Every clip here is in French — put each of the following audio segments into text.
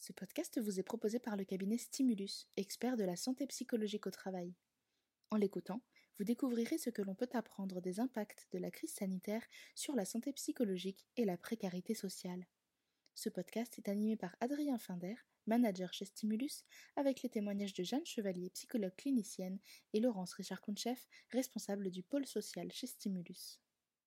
Ce podcast vous est proposé par le cabinet Stimulus, expert de la santé psychologique au travail. En l'écoutant, vous découvrirez ce que l'on peut apprendre des impacts de la crise sanitaire sur la santé psychologique et la précarité sociale. Ce podcast est animé par Adrien Finder, manager chez Stimulus, avec les témoignages de Jeanne Chevalier, psychologue clinicienne, et Laurence Richard-Kounchef, responsable du pôle social chez Stimulus.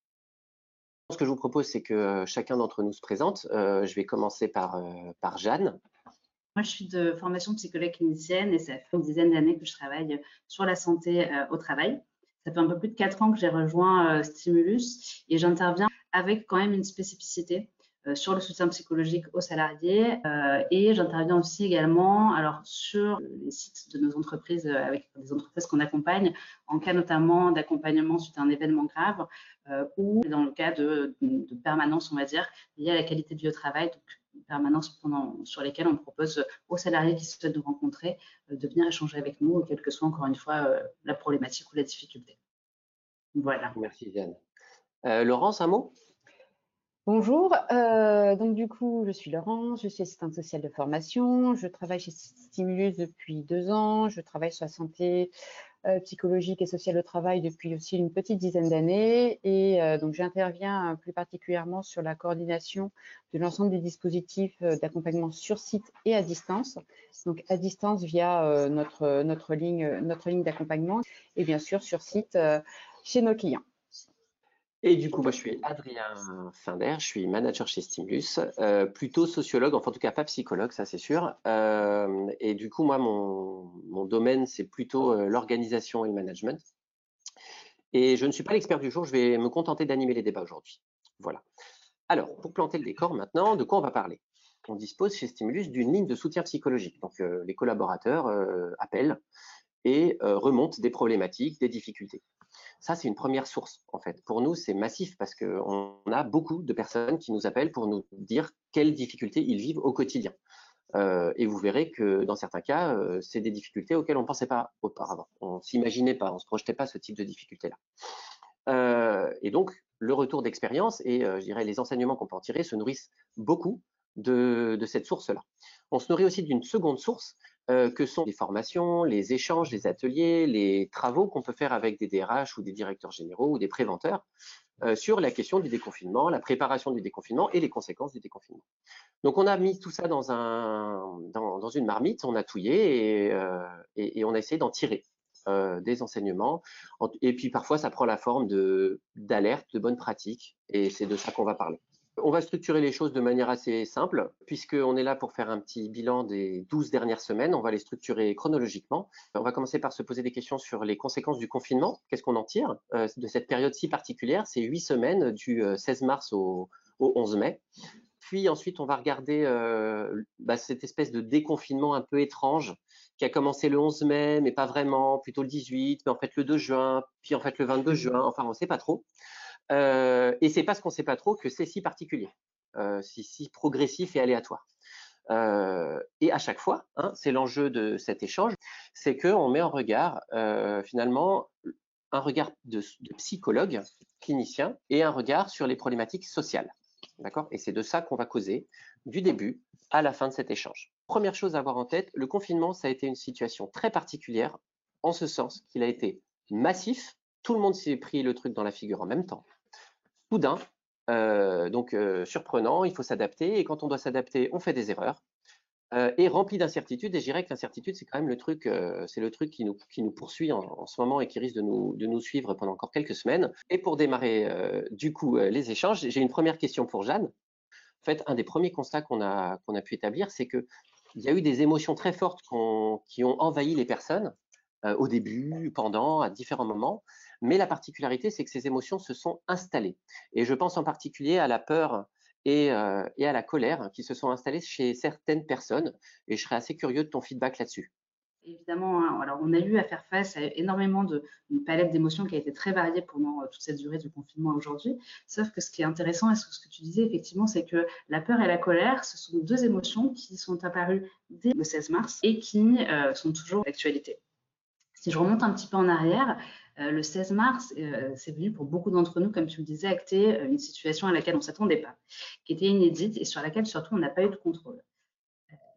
Ce que je vous propose, c'est que chacun d'entre nous se présente. Je vais commencer par Jeanne. Moi, je suis de formation psychologue clinicienne et ça fait une dizaine d'années que je travaille sur la santé au travail. Ça fait un peu plus de 4 ans que j'ai rejoint Stimulus et j'interviens avec quand même une spécificité sur le soutien psychologique aux salariés et j'interviens aussi également sur les sites de nos entreprises avec des entreprises qu'on accompagne en cas notamment d'accompagnement suite à un événement grave ou dans le cas de permanence, on va dire, liée à la qualité de vie au travail, donc permanence sur lesquelles on propose aux salariés qui souhaitent nous rencontrer de venir échanger avec nous, quelle que soit encore une fois la problématique ou la difficulté. Voilà. Merci Jeanne. Laurence, un mot? Bonjour, donc du coup, je suis Laurence, je suis assistante sociale de formation, je travaille chez Stimulus depuis 2 ans, je travaille sur la santé psychologique et sociale au travail depuis aussi une petite dizaine d'années et donc j'interviens plus particulièrement sur la coordination de l'ensemble des dispositifs d'accompagnement sur site et à distance, donc à distance via notre ligne d'accompagnement et bien sûr sur site chez nos clients. Et du coup, moi, je suis Adrien Finder, je suis manager chez Stimulus, plutôt sociologue, enfin en tout cas pas psychologue, ça c'est sûr. Et du coup, moi, mon domaine, c'est plutôt l'organisation et le management. Et je ne suis pas l'expert du jour, je vais me contenter d'animer les débats aujourd'hui. Voilà. Alors, pour planter le décor maintenant, de quoi on va parler? On dispose chez Stimulus d'une ligne de soutien psychologique. Donc, les collaborateurs appellent et remontent des problématiques, des difficultés. Ça, c'est une première source, en fait. Pour nous, c'est massif parce qu'on a beaucoup de personnes qui nous appellent pour nous dire quelles difficultés ils vivent au quotidien. Et vous verrez que dans certains cas, c'est des difficultés auxquelles on ne pensait pas auparavant. On ne s'imaginait pas, on ne se projetait pas ce type de difficultés-là. Et donc, le retour d'expérience et je dirais les enseignements qu'on peut en tirer se nourrissent beaucoup de cette source-là. On se nourrit aussi d'une seconde source que sont les formations, les échanges, les ateliers, les travaux qu'on peut faire avec des DRH ou des directeurs généraux ou des préventeurs sur la question du déconfinement, la préparation du déconfinement et les conséquences du déconfinement. Donc on a mis tout ça dans une marmite, on a touillé et on a essayé d'en tirer des enseignements. Et puis parfois ça prend la forme d'alertes, de bonnes pratiques et c'est de ça qu'on va parler. On va structurer les choses de manière assez simple, puisqu'on est là pour faire un petit bilan des 12 dernières semaines. On va les structurer chronologiquement. On va commencer par se poser des questions sur les conséquences du confinement. Qu'est-ce qu'on en tire de cette période si particulière? C'est 8 semaines du 16 mars au 11 mai. Puis ensuite, on va regarder cette espèce de déconfinement un peu étrange qui a commencé le 11 mai, mais pas vraiment, plutôt le 18, mais en fait le 2 juin, puis en fait le 22 juin, enfin on ne sait pas trop. Et c'est parce qu'on ne sait pas trop que c'est si particulier, si progressif et aléatoire. Et à chaque fois, c'est l'enjeu de cet échange, c'est qu'on met en regard finalement un regard de psychologue, clinicien, et un regard sur les problématiques sociales. D'accord? Et c'est de ça qu'on va causer du début à la fin de cet échange. Première chose à avoir en tête, le confinement, ça a été une situation très particulière, en ce sens qu'il a été massif, tout le monde s'est pris le truc dans la figure en même temps. Soudain, donc surprenant, il faut s'adapter, et quand on doit s'adapter, on fait des erreurs, et rempli d'incertitudes, et je dirais que l'incertitude, c'est quand même le truc qui nous poursuit en ce moment et qui risque de nous suivre pendant encore quelques semaines. Et pour démarrer du coup les échanges, j'ai une première question pour Jeanne. En fait, un des premiers constats qu'on a pu établir, c'est qu'il y a eu des émotions très fortes qui ont envahi les personnes au début, pendant, à différents moments. Mais la particularité, c'est que ces émotions se sont installées. Et je pense en particulier à la peur et à la colère qui se sont installées chez certaines personnes. Et je serais assez curieux de ton feedback là-dessus. Évidemment, alors on a eu à faire face à énormément d'une palette d'émotions qui a été très variée pendant toute cette durée du confinement aujourd'hui. Sauf que ce qui est intéressant, et ce que tu disais effectivement, c'est que la peur et la colère, ce sont 2 émotions qui sont apparues dès le 16 mars et qui sont toujours d'actualité. Si je remonte un petit peu en arrière, le 16 mars, c'est venu pour beaucoup d'entre nous, comme tu le disais, acter une situation à laquelle on ne s'attendait pas, qui était inédite et sur laquelle surtout on n'a pas eu de contrôle.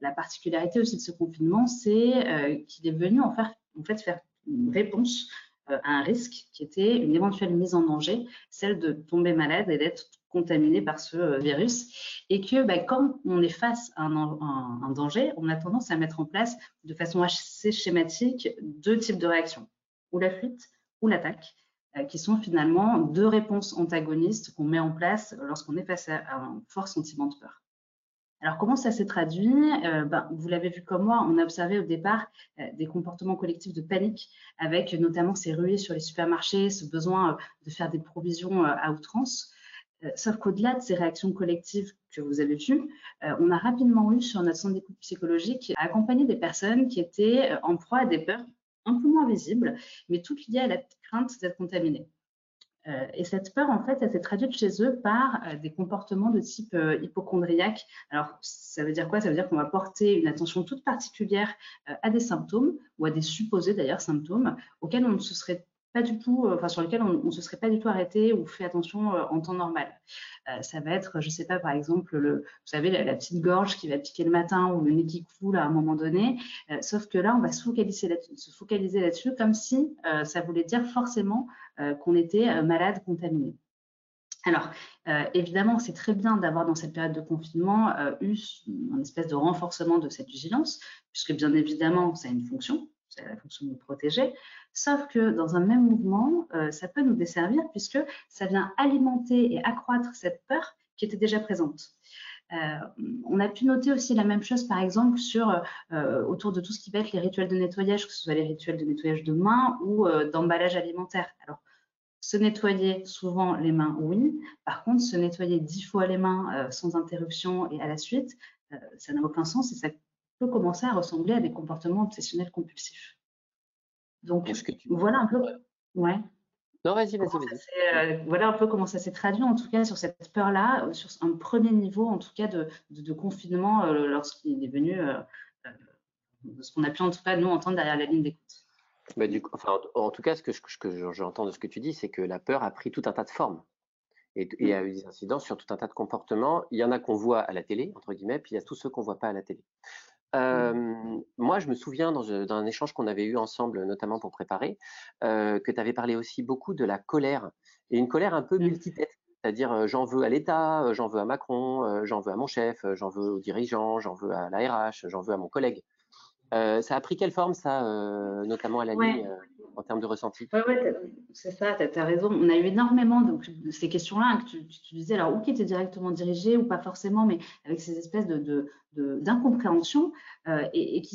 la particularité aussi de ce confinement, c'est qu'il est venu en fait faire une réponse à un risque qui était une éventuelle mise en danger, celle de tomber malade et d'être contaminé par ce virus. Et que quand on est face à un danger, on a tendance à mettre en place de façon assez schématique 2 types de réactions, ou la fuite ou l'attaque, qui sont finalement 2 réponses antagonistes qu'on met en place lorsqu'on est face à un fort sentiment de peur. Alors, comment ça s'est traduit? Vous l'avez vu comme moi, on a observé au départ des comportements collectifs de panique, avec notamment ces ruées sur les supermarchés, ce besoin de faire des provisions à outrance. Sauf qu'au-delà de ces réactions collectives que vous avez vues, on a rapidement eu sur notre centre d'écoute psychologique à accompagner des personnes qui étaient en proie à des peurs un peu moins visibles, mais toutes liées à la crainte d'être contaminées. Et cette peur, en fait, elle s'est traduite chez eux par des comportements de type hypocondriaque. Alors, ça veut dire quoi? Ça veut dire qu'on va porter une attention toute particulière à des symptômes, ou à des supposés d'ailleurs symptômes, auxquels on ne se serait pas du tout, sur lesquels on ne se serait pas du tout arrêté ou fait attention en temps normal. Ça va être, je ne sais pas, par exemple, vous savez, la petite gorge qui va piquer le matin, ou le nez qui coule à un moment donné. Sauf que là, on va se focaliser là-dessus comme si ça voulait dire forcément qu'on était malade, contaminé. Alors, évidemment, c'est très bien d'avoir dans cette période de confinement eu un espèce de renforcement de cette vigilance, puisque bien évidemment, ça a une fonction, c'est la fonction de nous protéger, sauf que dans un même mouvement, ça peut nous desservir, puisque ça vient alimenter et accroître cette peur qui était déjà présente. On a pu noter aussi la même chose, par exemple, autour de tout ce qui va être les rituels de nettoyage, que ce soit les rituels de nettoyage de mains ou d'emballage alimentaire. Alors, se nettoyer souvent les mains, oui. Par contre, se nettoyer 10 fois les mains sans interruption et à la suite, ça n'a aucun sens, et ça peut commencer à ressembler à des comportements obsessionnels compulsifs. Donc, voilà un peu. Ouais. Non, vas-y. Voilà un peu comment ça s'est traduit, en tout cas, sur cette peur-là, sur un premier niveau, en tout cas, de confinement, lorsqu'il est venu, de ce qu'on a pu, en tout cas, nous, entendre derrière la ligne d'écoute. En tout cas, ce que j'entends de ce que tu dis, c'est que la peur a pris tout un tas de formes et a eu des incidences sur tout un tas de comportements. Il y en a qu'on voit à la télé, entre guillemets, puis il y a tous ceux qu'on ne voit pas à la télé. Moi, je me souviens d'un échange qu'on avait eu ensemble, notamment pour préparer, que tu avais parlé aussi beaucoup de la colère, et une colère un peu multitête. C'est-à-dire, j'en veux à l'État, j'en veux à Macron, j'en veux à mon chef, j'en veux aux dirigeants, j'en veux à la RH, j'en veux à mon collègue. Ça a pris quelle forme, ça, notamment à la ligne, en termes de ressenti? Oui, c'est ça, tu as raison. On a eu énormément de ces questions-là que tu disais, alors, ou qui étaient directement dirigées, ou pas forcément, mais avec ces espèces d'incompréhension et qui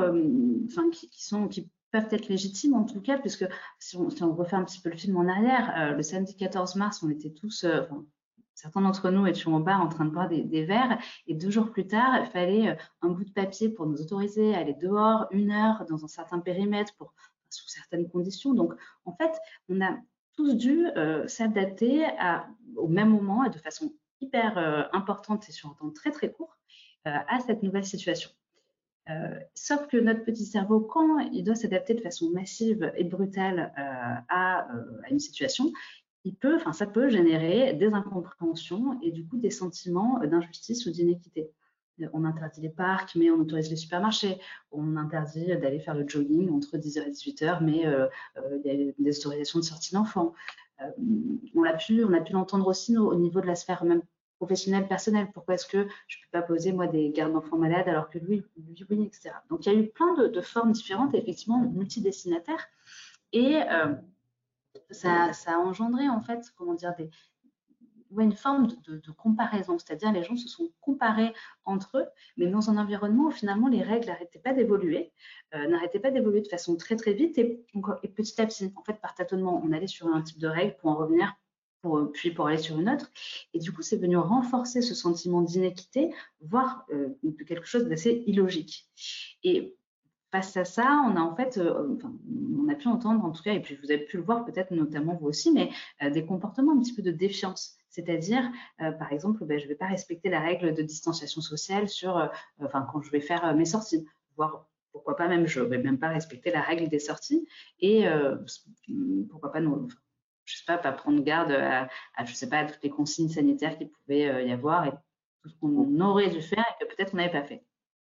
peuvent être légitimes, en tout cas, puisque si on refait un petit peu le film en arrière, le samedi 14 mars, on était tous, certains d'entre nous étions au bar en train de boire des verres, et 2 jours plus tard, il fallait un bout de papier pour nous autoriser à aller dehors 1 heure dans un certain périmètre sous certaines conditions. Donc, en fait, on a tous dû s'adapter au même moment et de façon hyper importante et sur un temps très très court à cette nouvelle situation. Sauf que notre petit cerveau, quand il doit s'adapter de façon massive et brutale à une situation, ça peut générer des incompréhensions et du coup des sentiments d'injustice ou d'inéquité. On interdit les parcs, mais on autorise les supermarchés. On interdit d'aller faire le jogging entre 10h et 18h, mais il y a des autorisations de sortie d'enfants. On a pu l'entendre aussi au niveau de la sphère même professionnelle, personnelle. Pourquoi est-ce que je ne peux pas poser, moi, des gardes d'enfants malades alors que lui, oui, etc. Donc, il y a eu plein de formes différentes, et effectivement multidestinataires. Et ça a engendré, en fait, comment dire, une forme de comparaison, c'est-à-dire les gens se sont comparés entre eux, mais dans un environnement où finalement les règles n'arrêtaient pas d'évoluer, de façon très très vite, et petit à petit, en fait, par tâtonnement, on allait sur un type de règle pour en revenir, puis pour aller sur une autre, et du coup c'est venu renforcer ce sentiment d'inéquité, voire de quelque chose d'assez illogique. Et face à ça, on a en fait, on a pu entendre en tout cas, et puis vous avez pu le voir peut-être notamment vous aussi, mais des comportements un petit peu de défiance. C'est-à-dire, par exemple, je ne vais pas respecter la règle de distanciation sociale quand je vais faire mes sorties, voire pourquoi pas même, je ne vais même pas respecter la règle des sorties, et pourquoi pas, je sais pas prendre garde je sais pas, à toutes les consignes sanitaires qu'il pouvait y avoir et tout ce qu'on aurait dû faire et que peut-être on n'avait pas fait.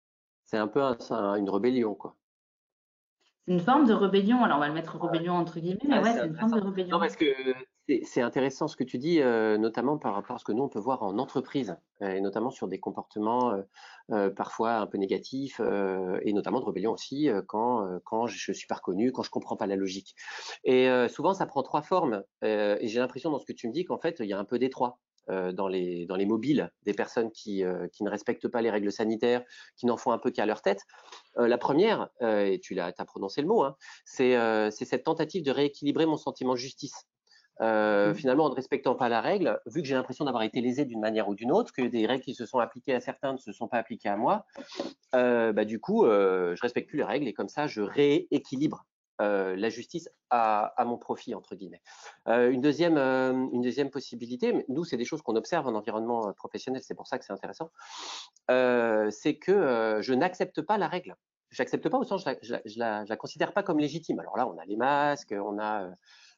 C'est un peu une rébellion, quoi. C'est une forme de rébellion. Alors, on va le mettre rébellion entre guillemets, mais Ah, ouais, c'est c'est une forme de intéressant. Non, rébellion. parce que c'est intéressant ce que tu dis, notamment par rapport à ce que nous, on peut voir en entreprise, et notamment sur des comportements parfois un peu négatifs, et notamment de rébellion aussi, quand je suis pas reconnu, quand je comprends pas la logique. Et souvent, ça prend trois formes. Et j'ai l'impression dans ce que tu me dis qu'en fait, il y a un peu des trois. Dans les mobiles, des personnes qui ne respectent pas les règles sanitaires, qui n'en font un peu qu'à leur tête. La première, et tu as prononcé le mot, hein, c'est cette tentative de rééquilibrer mon sentiment de justice. Finalement, en ne respectant pas la règle, vu que j'ai l'impression d'avoir été lésé d'une manière ou d'une autre, que des règles qui se sont appliquées à certains ne se sont pas appliquées à moi, du coup, je respecte plus les règles et comme ça, je rééquilibre la justice à mon profit, entre guillemets. Une deuxième possibilité, mais nous, c'est des choses qu'on observe en environnement professionnel, c'est pour ça que c'est intéressant, c'est que je n'accepte pas la règle. Je n'accepte pas au sens, je la considère pas comme légitime. Alors là, on a les masques, on a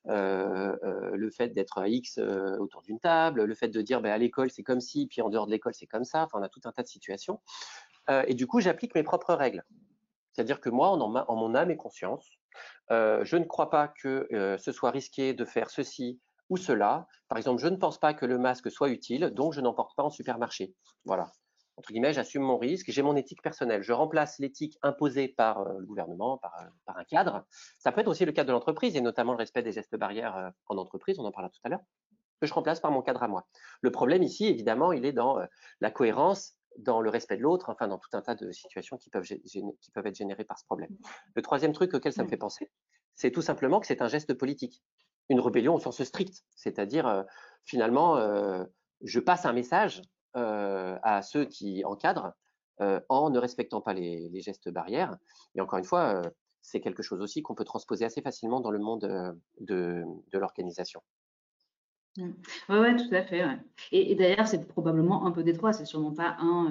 le fait d'être à X autour d'une table, le fait de dire à l'école c'est comme ci, puis en dehors de l'école c'est comme ça. Enfin, on a tout un tas de situations. Et du coup, j'applique mes propres règles. C'est-à-dire que moi, en mon âme et conscience, je ne crois pas que ce soit risqué de faire ceci ou cela. Par exemple, je ne pense pas que le masque soit utile, donc je n'en porte pas en supermarché. Voilà. Entre guillemets, j'assume mon risque, j'ai mon éthique personnelle. Je remplace l'éthique imposée par le gouvernement, par un cadre. Ça peut être aussi le cadre de l'entreprise, et notamment le respect des gestes barrières en entreprise, on en parlera tout à l'heure, que je remplace par mon cadre à moi. Le problème ici, évidemment, il est dans la cohérence, dans le respect de l'autre, enfin dans tout un tas de situations qui peuvent être générées par ce problème. Le troisième truc auquel ça me fait penser, c'est tout simplement que c'est un geste politique. Une rébellion au sens strict, c'est-à-dire finalement, je passe un message à ceux qui encadrent en ne respectant pas les gestes barrières. Et encore une fois, c'est quelque chose aussi qu'on peut transposer assez facilement dans le monde de l'organisation. Oui, ouais, tout à fait. Ouais. Et d'ailleurs, c'est probablement un peu des trois. C'est sûrement pas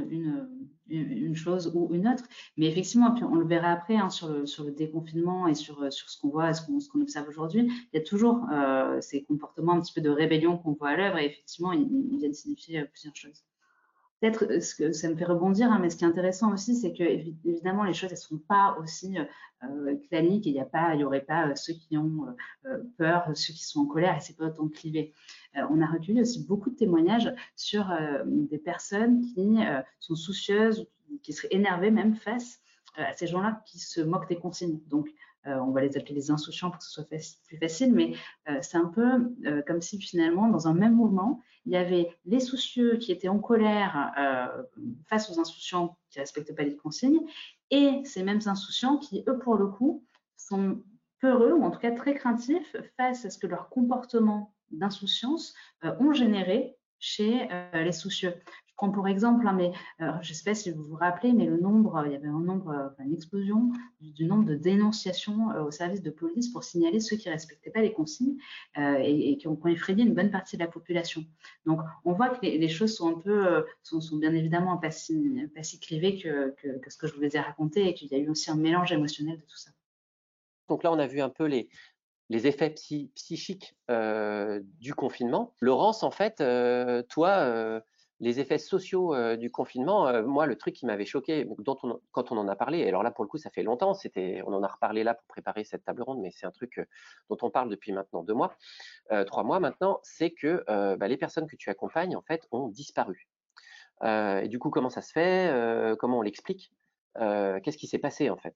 une chose ou une autre. Mais effectivement, puis on le verra après hein, sur le déconfinement et sur ce qu'on voit, ce qu'on observe aujourd'hui. Il y a toujours ces comportements un petit peu de rébellion qu'on voit à l'œuvre. Et effectivement, ils viennent signifier plusieurs choses. Peut-être ce que ça me fait rebondir, hein, mais ce qui est intéressant aussi, c'est que évidemment les choses elles sont pas aussi claniques. Il y aurait pas ceux qui ont peur, ceux qui sont en colère, et c'est pas autant clivé. On a recueilli aussi beaucoup de témoignages sur des personnes qui sont soucieuses, qui seraient énervées même face à ces gens-là qui se moquent des consignes. Donc on va les appeler les insouciants pour que ce soit plus facile, mais c'est un peu comme si finalement dans un même mouvement il y avait les soucieux qui étaient en colère face aux insouciants qui ne respectent pas les consignes, et ces mêmes insouciants qui, eux, pour le coup, sont peureux, ou en tout cas très craintifs, face à ce que leur comportement d'insouciance ont généré chez les soucieux. Je prends pour exemple, hein, mais je ne sais pas si vous vous rappelez, mais il y avait une explosion du nombre de dénonciations au service de police pour signaler ceux qui ne respectaient pas les consignes et qui ont effrayé une bonne partie de la population. Donc, on voit que les choses sont un peu, sont bien évidemment pas si clivées que ce que je vous ai raconté, et qu'il y a eu aussi un mélange émotionnel de tout ça. Donc là, on a vu un peu les effets psychiques du confinement. Laurence, en fait, toi, les effets sociaux du confinement, moi, le truc qui m'avait choqué, quand on en a parlé, et alors là, pour le coup, ça fait longtemps, on en a reparlé là pour préparer cette table ronde, mais c'est un truc dont on parle depuis maintenant 2 mois, 3 mois maintenant, c'est que les personnes que tu accompagnes, en fait, ont disparu. Et du coup, comment ça se fait Comment on l'explique Qu'est-ce qui s'est passé, en fait?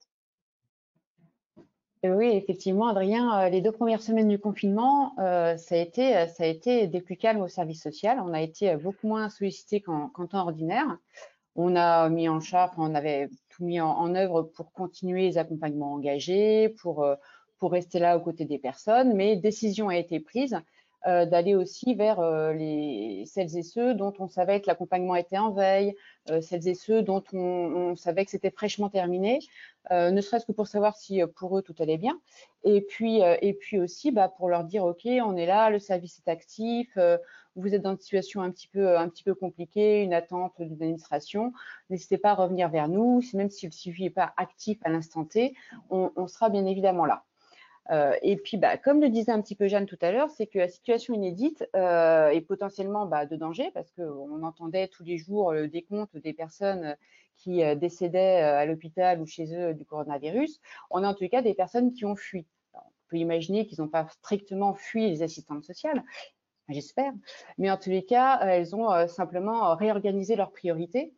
Oui, effectivement, Adrien, les 2 premières semaines du confinement, ça a été des plus calmes au service social. On a été beaucoup moins sollicités qu'en temps ordinaire. On a mis en charge, on avait tout mis en œuvre pour continuer les accompagnements engagés, pour rester là aux côtés des personnes, mais décision a été prise d'aller aussi vers celles et ceux dont on savait que l'accompagnement était en veille, celles et ceux dont on savait que c'était fraîchement terminé, ne serait-ce que pour savoir si pour eux tout allait bien. Et puis aussi pour leur dire ok, on est là, le service est actif, vous êtes dans une situation un petit peu compliquée, une attente de l'administration, n'hésitez pas à revenir vers nous, même si le suivi n'est pas actif à l'instant T, on sera bien évidemment là. Et puis, comme le disait un petit peu Jeanne tout à l'heure, c'est que la situation inédite est potentiellement de danger, parce qu'on entendait tous les jours le décompte des personnes qui décédaient à l'hôpital ou chez eux du coronavirus. On a en tout cas des personnes qui ont fui. Alors, on peut imaginer qu'ils n'ont pas strictement fui les assistantes sociales, j'espère, mais en tous les cas, elles ont simplement réorganisé leurs priorités,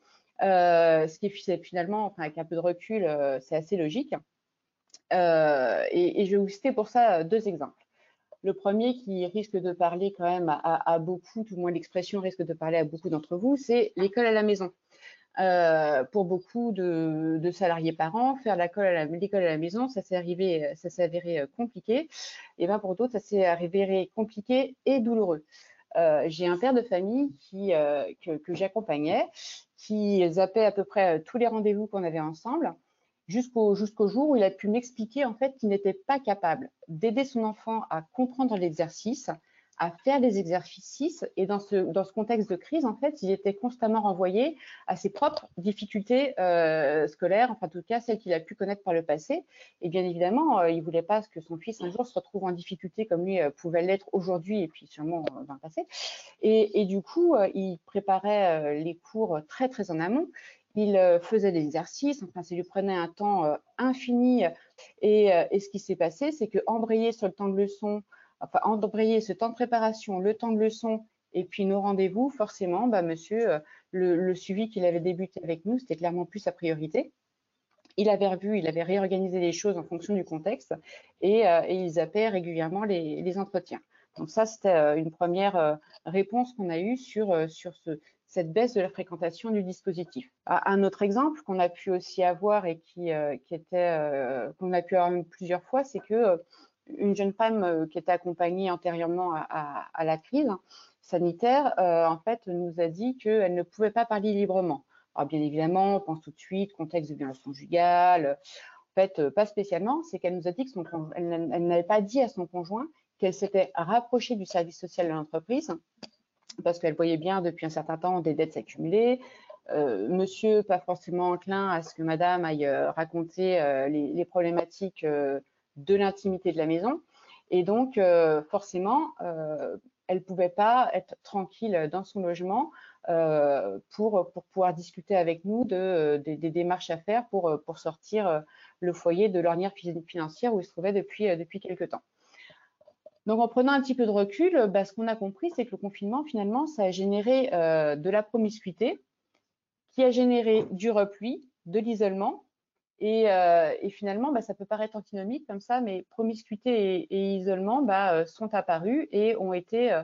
ce qui est finalement, enfin, avec un peu de recul, c'est assez logique. Et je vais vous citer pour ça 2 exemples. Le premier qui risque de parler quand même à beaucoup, tout au moins l'expression risque de parler à beaucoup d'entre vous, c'est l'école à la maison. Pour beaucoup de salariés parents, faire l'école à la maison, ça s'est avéré compliqué. Et ben pour d'autres, ça s'est avéré compliqué et douloureux. J'ai un père de famille que j'accompagnais, qui zappait à peu près tous les rendez-vous qu'on avait ensemble, jusqu'au jour où il a pu m'expliquer en fait qu'il n'était pas capable d'aider son enfant à comprendre l'exercice, à faire les exercices, et dans ce contexte de crise, en fait, il était constamment renvoyé à ses propres difficultés scolaires, enfin en tout cas celles qu'il a pu connaître par le passé. Et bien évidemment, il ne voulait pas que son fils un jour se retrouve en difficulté comme lui pouvait l'être aujourd'hui et puis sûrement dans le passé. Et du coup, il préparait les cours très très en amont. Il faisait des exercices, enfin ça lui prenait un temps infini. Et ce qui s'est passé, c'est qu'embrayer sur le temps de leçon, enfin embrayer ce temps de préparation, le temps de leçon et puis nos rendez-vous, forcément, bah, monsieur, le suivi qu'il avait débuté avec nous, c'était clairement plus sa priorité. Il avait réorganisé les choses en fonction du contexte et il zappait régulièrement les entretiens. Donc ça, c'était une première réponse qu'on a eue sur cette baisse de la fréquentation du dispositif. Un autre exemple qu'on a pu aussi avoir et qu'on a pu avoir plusieurs fois, c'est que une jeune femme qui était accompagnée antérieurement à la crise sanitaire, en fait, nous a dit qu'elle ne pouvait pas parler librement. Alors bien évidemment, on pense tout de suite contexte de violence conjugale. En fait, pas spécialement. C'est qu'elle nous a dit elle n'avait pas dit à son conjoint qu'elle s'était rapprochée du service social de l'entreprise parce qu'elle voyait bien depuis un certain temps des dettes s'accumuler. Monsieur, pas forcément enclin à ce que madame aille raconter les problématiques de l'intimité de la maison. Et donc, forcément, elle ne pouvait pas être tranquille dans son logement pour pouvoir discuter avec nous des démarches à faire pour sortir le foyer de l'ornière financière où il se trouvait depuis quelque temps. Donc, en prenant un petit peu de recul, ce qu'on a compris, c'est que le confinement, finalement, ça a généré de la promiscuité, qui a généré du repli, de l'isolement. Et finalement, ça peut paraître antinomique comme ça, mais promiscuité et isolement sont apparus et ont été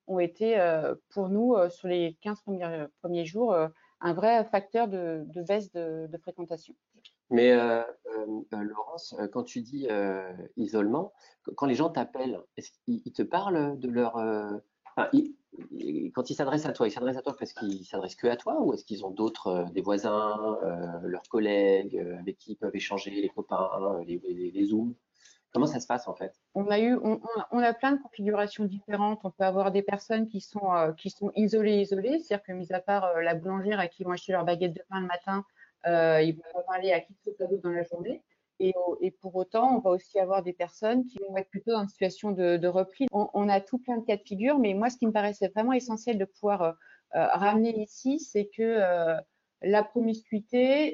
pour nous, sur les 15 premiers jours, un vrai facteur de baisse de fréquentation. Mais Laurence, quand tu dis isolement, quand les gens t'appellent, est-ce qu'ils te parlent de leur... enfin, quand ils s'adressent à toi, ils s'adressent à toi parce qu'ils s'adressent que à toi ou est-ce qu'ils ont d'autres, des voisins, leurs collègues avec qui ils peuvent échanger, les copains, les Zooms? Comment ça se passe en fait? On a plein de configurations différentes. On peut avoir des personnes qui sont isolées, c'est-à-dire que mis à part la boulangère à qui vont acheter leur baguette de pain le matin, ils vont pas parler à qui que ce soit d'autre dans la journée. Et pour autant, on va aussi avoir des personnes qui vont être plutôt dans une situation de repli. On a tout plein de cas de figure, mais moi, ce qui me paraissait vraiment essentiel de pouvoir ramener ici, c'est que la promiscuité,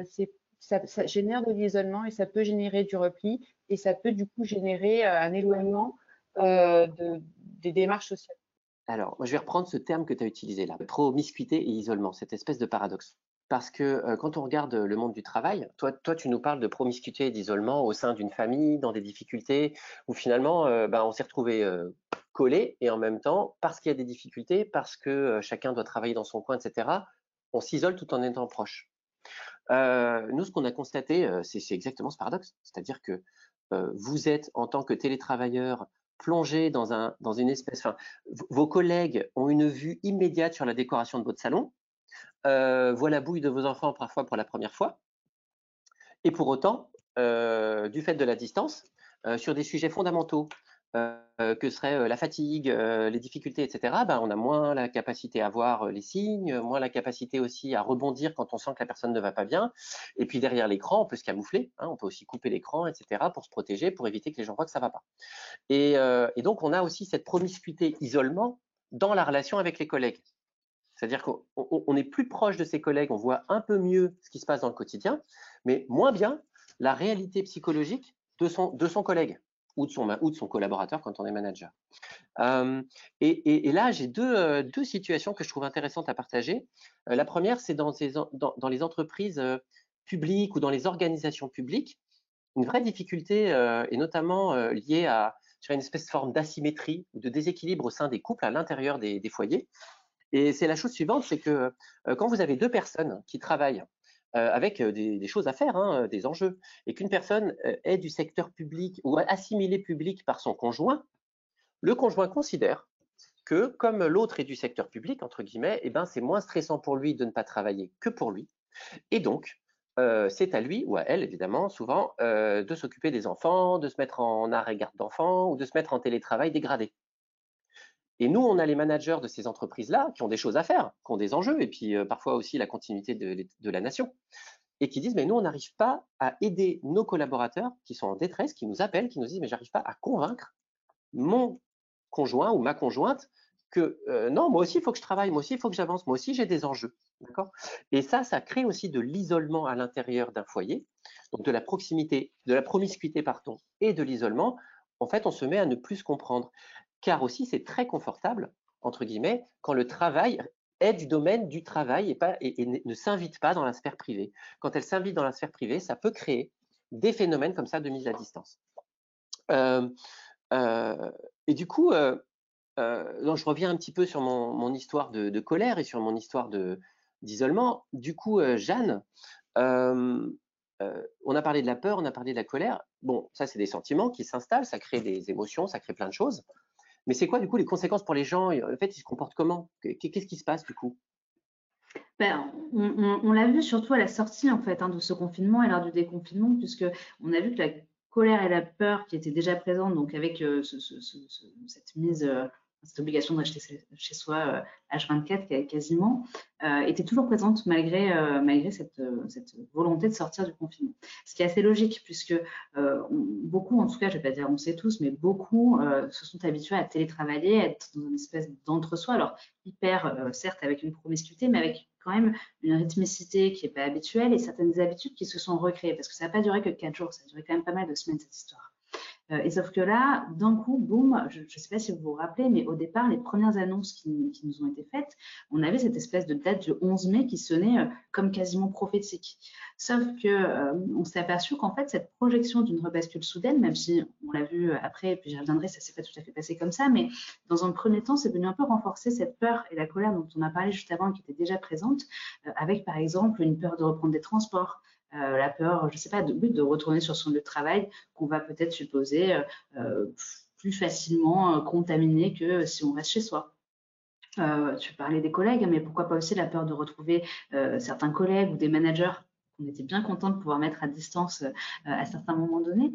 ça génère de l'isolement et ça peut générer du repli et ça peut du coup générer un éloignement des démarches sociales. Alors, moi, je vais reprendre ce terme que tu as utilisé là, promiscuité et isolement, cette espèce de paradoxe. Parce que quand on regarde le monde du travail, toi, tu nous parles de promiscuité et d'isolement au sein d'une famille, dans des difficultés, où finalement, on s'est retrouvé collés et en même temps, parce qu'il y a des difficultés, parce que chacun doit travailler dans son coin, etc., on s'isole tout en étant proche. Nous, ce qu'on a constaté, c'est exactement ce paradoxe. C'est-à-dire que vous êtes, en tant que télétravailleur, plongé dans une espèce... Enfin, vos collègues ont une vue immédiate sur la décoration de votre salon, voient la bouille de vos enfants parfois pour la première fois. Et pour autant, du fait de la distance, sur des sujets fondamentaux, que seraient la fatigue, les difficultés, etc., on a moins la capacité à voir les signes, moins la capacité aussi à rebondir quand on sent que la personne ne va pas bien. Et puis derrière l'écran, on peut se camoufler, hein, on peut aussi couper l'écran, etc., pour se protéger, pour éviter que les gens voient que ça ne va pas. Et donc, on a aussi cette promiscuité isolement dans la relation avec les collègues. C'est-à-dire qu'on est plus proche de ses collègues, on voit un peu mieux ce qui se passe dans le quotidien, mais moins bien la réalité psychologique de son collègue ou de son collaborateur quand on est manager. Et là, j'ai deux situations que je trouve intéressantes à partager. La première, c'est dans les entreprises publiques ou dans les organisations publiques. Une vraie difficulté est notamment liée à une espèce de forme d'asymétrie ou de déséquilibre au sein des couples à l'intérieur des foyers. Et c'est la chose suivante, c'est que quand vous avez deux personnes qui travaillent avec des choses à faire, hein, des enjeux, et qu'une personne est du secteur public ou assimilée public par son conjoint, le conjoint considère que comme l'autre est du secteur public, entre guillemets, eh ben, c'est moins stressant pour lui de ne pas travailler que pour lui. Et donc, c'est à lui ou à elle, évidemment, souvent, de s'occuper des enfants, de se mettre en arrêt-garde d'enfants ou de se mettre en télétravail dégradé. Et nous, on a les managers de ces entreprises-là qui ont des choses à faire, qui ont des enjeux, et puis parfois aussi la continuité de la nation, et qui disent, mais nous, on n'arrive pas à aider nos collaborateurs qui sont en détresse, qui nous appellent, qui nous disent, mais j'arrive pas à convaincre mon conjoint ou ma conjointe que non, moi aussi, il faut que je travaille, moi aussi, il faut que j'avance, moi aussi, j'ai des enjeux. D'accord ? Et ça crée aussi de l'isolement à l'intérieur d'un foyer, donc de la proximité, de la promiscuité, pardon, et de l'isolement. En fait, on se met à ne plus se comprendre. Car aussi, c'est très confortable, entre guillemets, quand le travail est du domaine du travail et ne s'invite pas dans la sphère privée. Quand elle s'invite dans la sphère privée, ça peut créer des phénomènes comme ça de mise à distance. Et du coup, je reviens un petit peu sur mon histoire de colère et sur mon histoire d'isolement. Du coup, Jeanne, on a parlé de la peur, on a parlé de la colère. Bon, ça, c'est des sentiments qui s'installent, ça crée des émotions, ça crée plein de choses. Mais c'est quoi, du coup, les conséquences pour les gens? En fait, ils se comportent comment? Qu'est-ce qui se passe, du coup? Ben, on l'a vu surtout à la sortie en fait de ce confinement et lors du déconfinement, puisque on a vu que la colère et la peur qui étaient déjà présentes, donc avec cette obligation de rester chez soi H24 quasiment, était toujours présente malgré cette volonté de sortir du confinement. Ce qui est assez logique, puisque beaucoup, en tout cas, je ne vais pas dire on sait tous, mais beaucoup se sont habitués à télétravailler, à être dans une espèce d'entre-soi, alors hyper, certes avec une promiscuité, mais avec quand même une rythmicité qui n'est pas habituelle et certaines habitudes qui se sont recréées, parce que ça n'a pas duré que 4 jours, ça a duré quand même pas mal de semaines cette histoire. Et sauf que là, d'un coup, boum, je ne sais pas si vous vous rappelez, mais au départ, les premières annonces qui nous ont été faites, on avait cette espèce de date du 11 mai qui sonnait comme quasiment prophétique. Sauf que on s'est aperçu qu'en fait, cette projection d'une rebascule soudaine, même si on l'a vu après, et puis j'y reviendrai, ça ne s'est pas tout à fait passé comme ça, mais dans un premier temps, c'est venu un peu renforcer cette peur et la colère dont on a parlé juste avant, qui était déjà présente, avec par exemple une peur de reprendre des transports, la peur, je ne sais pas, de retourner sur son lieu de travail, qu'on va peut-être supposer plus facilement contaminé que si on reste chez soi. Tu parlais des collègues, mais pourquoi pas aussi la peur de retrouver certains collègues ou des managers qu'on était bien content de pouvoir mettre à distance à certains moments donnés.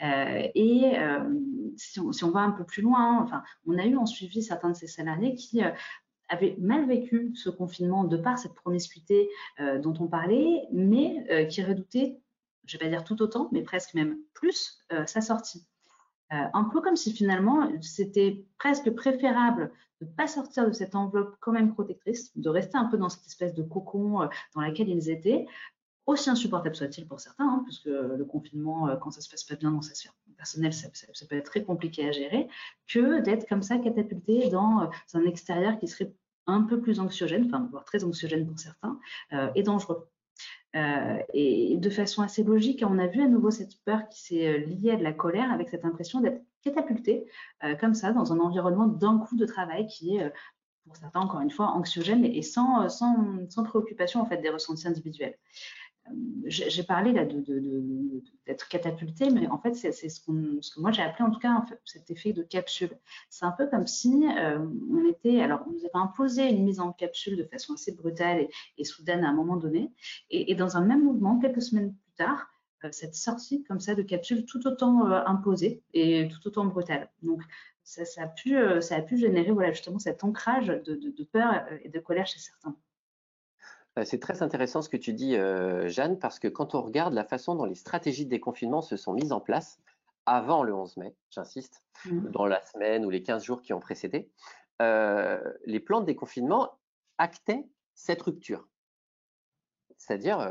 Si on va un peu plus loin, enfin, on a eu en suivi certains de ces salariés qui avaient mal vécu ce confinement de par cette promiscuité dont on parlait, mais qui redoutaient, je ne vais pas dire tout autant, mais presque même plus, sa sortie. Un peu comme si finalement c'était presque préférable de ne pas sortir de cette enveloppe quand même protectrice, de rester un peu dans cette espèce de cocon dans laquelle ils étaient, aussi insupportable soit-il pour certains, hein, puisque le confinement, quand ça se passe pas bien dans sa sphère personnelle, ça peut être très compliqué à gérer, que d'être comme ça catapulté dans un extérieur qui serait un peu plus anxiogène, enfin voire très anxiogène pour certains, et dangereux. Et de façon assez logique, on a vu à nouveau cette peur qui s'est liée à de la colère, avec cette impression d'être catapulté comme ça dans un environnement d'un coup de travail qui est pour certains encore une fois anxiogène et sans préoccupation en fait des ressentis individuels. J'ai parlé là d'être catapulté, mais en fait, c'est ce que moi j'ai appelé en tout cas cet effet de capsule. C'est un peu comme si on nous avait imposé une mise en capsule de façon assez brutale et soudaine à un moment donné, et dans un même mouvement, quelques semaines plus tard, cette sortie comme ça de capsule tout autant imposée et tout autant brutale. Donc, ça a pu générer voilà, justement cet ancrage de peur et de colère chez certains. C'est très intéressant ce que tu dis, Jeanne, parce que quand on regarde la façon dont les stratégies de déconfinement se sont mises en place avant le 11 mai, j'insiste, dans la semaine ou les 15 jours qui ont précédé, les plans de déconfinement actait cette rupture. C'est-à-dire,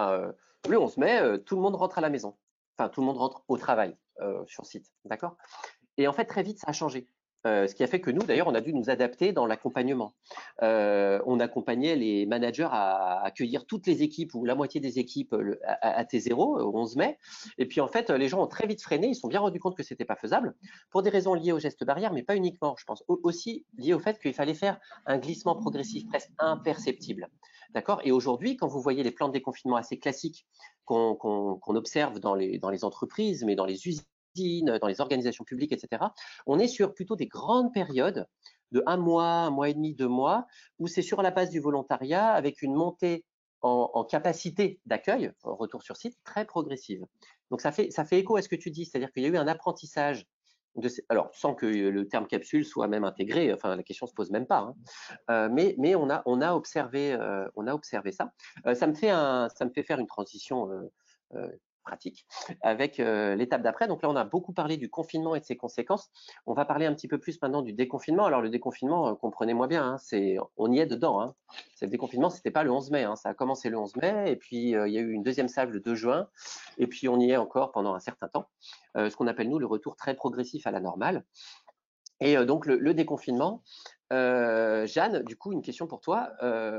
le 11 mai, tout le monde rentre à la maison. Enfin, tout le monde rentre au travail sur site, d'accord? Et en fait, très vite, ça a changé. Ce qui a fait que nous, d'ailleurs, on a dû nous adapter dans l'accompagnement. On accompagnait les managers à accueillir toutes les équipes ou la moitié des équipes à T0 au 11 mai. Et puis, en fait, les gens ont très vite freiné. Ils se sont bien rendus compte que ce n'était pas faisable pour des raisons liées aux gestes barrières, mais pas uniquement. Je pense aussi liées au fait qu'il fallait faire un glissement progressif presque imperceptible. D'accord? Et aujourd'hui, quand vous voyez les plans de déconfinement assez classiques qu'on observe dans les entreprises, mais dans les usines, dans les organisations publiques, etc., on est sur plutôt des grandes périodes de 1 mois et demi, 2 mois, où c'est sur la base du volontariat avec une montée en capacité d'accueil, retour sur site, très progressive. Donc ça fait écho à ce que tu dis, c'est-à-dire qu'il y a eu un apprentissage alors sans que le terme capsule soit même intégré, enfin la question se pose même pas, hein. Mais on a observé ça. Ça me fait faire une transition pratique avec l'étape d'après. Donc là, on a beaucoup parlé du confinement et de ses conséquences. On va parler un petit peu plus maintenant du déconfinement. Alors le déconfinement, comprenez-moi bien, hein, on y est dedans. Hein. Le déconfinement, c'était pas le 11 mai. Hein, ça a commencé le 11 mai et puis il y a eu une deuxième salve le 2 juin et puis on y est encore pendant un certain temps. Ce qu'on appelle nous le retour très progressif à la normale. Et donc le déconfinement, Jeanne, du coup, une question pour toi.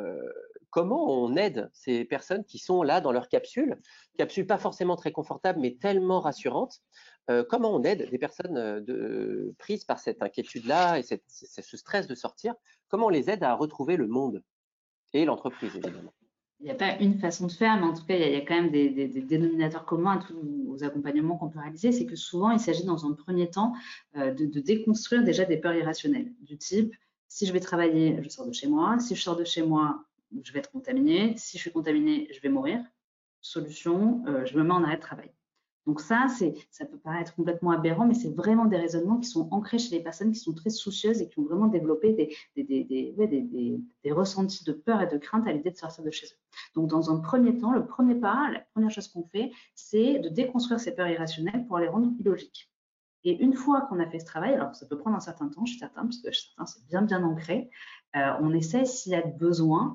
Comment on aide ces personnes qui sont là dans leur capsule pas forcément très confortable, mais tellement rassurante. Comment on aide des personnes prises par cette inquiétude-là et ce stress de sortir? Comment on les aide à retrouver le monde et l'entreprise, évidemment? Il n'y a pas une façon de faire, mais en tout cas, il y a quand même des dénominateurs communs à tous les accompagnements qu'on peut réaliser. C'est que souvent, il s'agit dans un premier temps de déconstruire déjà des peurs irrationnelles du type, si je vais travailler, je sors de chez moi. Si je sors de chez moi, je vais être contaminé. Si je suis contaminé, je vais mourir. Solution, je me mets en arrêt de travail. Donc ça peut paraître complètement aberrant, mais c'est vraiment des raisonnements qui sont ancrés chez les personnes qui sont très soucieuses et qui ont vraiment développé des ressentis de peur et de crainte à l'idée de sortir de chez eux. Donc dans un premier temps, le premier pas, la première chose qu'on fait, c'est de déconstruire ces peurs irrationnelles pour les rendre illogiques. Et une fois qu'on a fait ce travail, alors ça peut prendre un certain temps chez certains, parce que chez certains c'est bien ancré, on essaie s'il y a besoin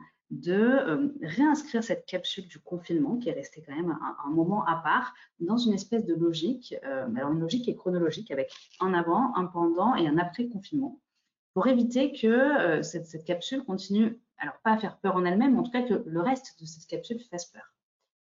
de réinscrire cette capsule du confinement qui est restée quand même un moment à part dans une espèce de logique, alors une logique qui est chronologique avec un avant, un pendant et un après confinement pour éviter que cette capsule continue, alors pas à faire peur en elle-même, mais en tout cas que le reste de cette capsule fasse peur.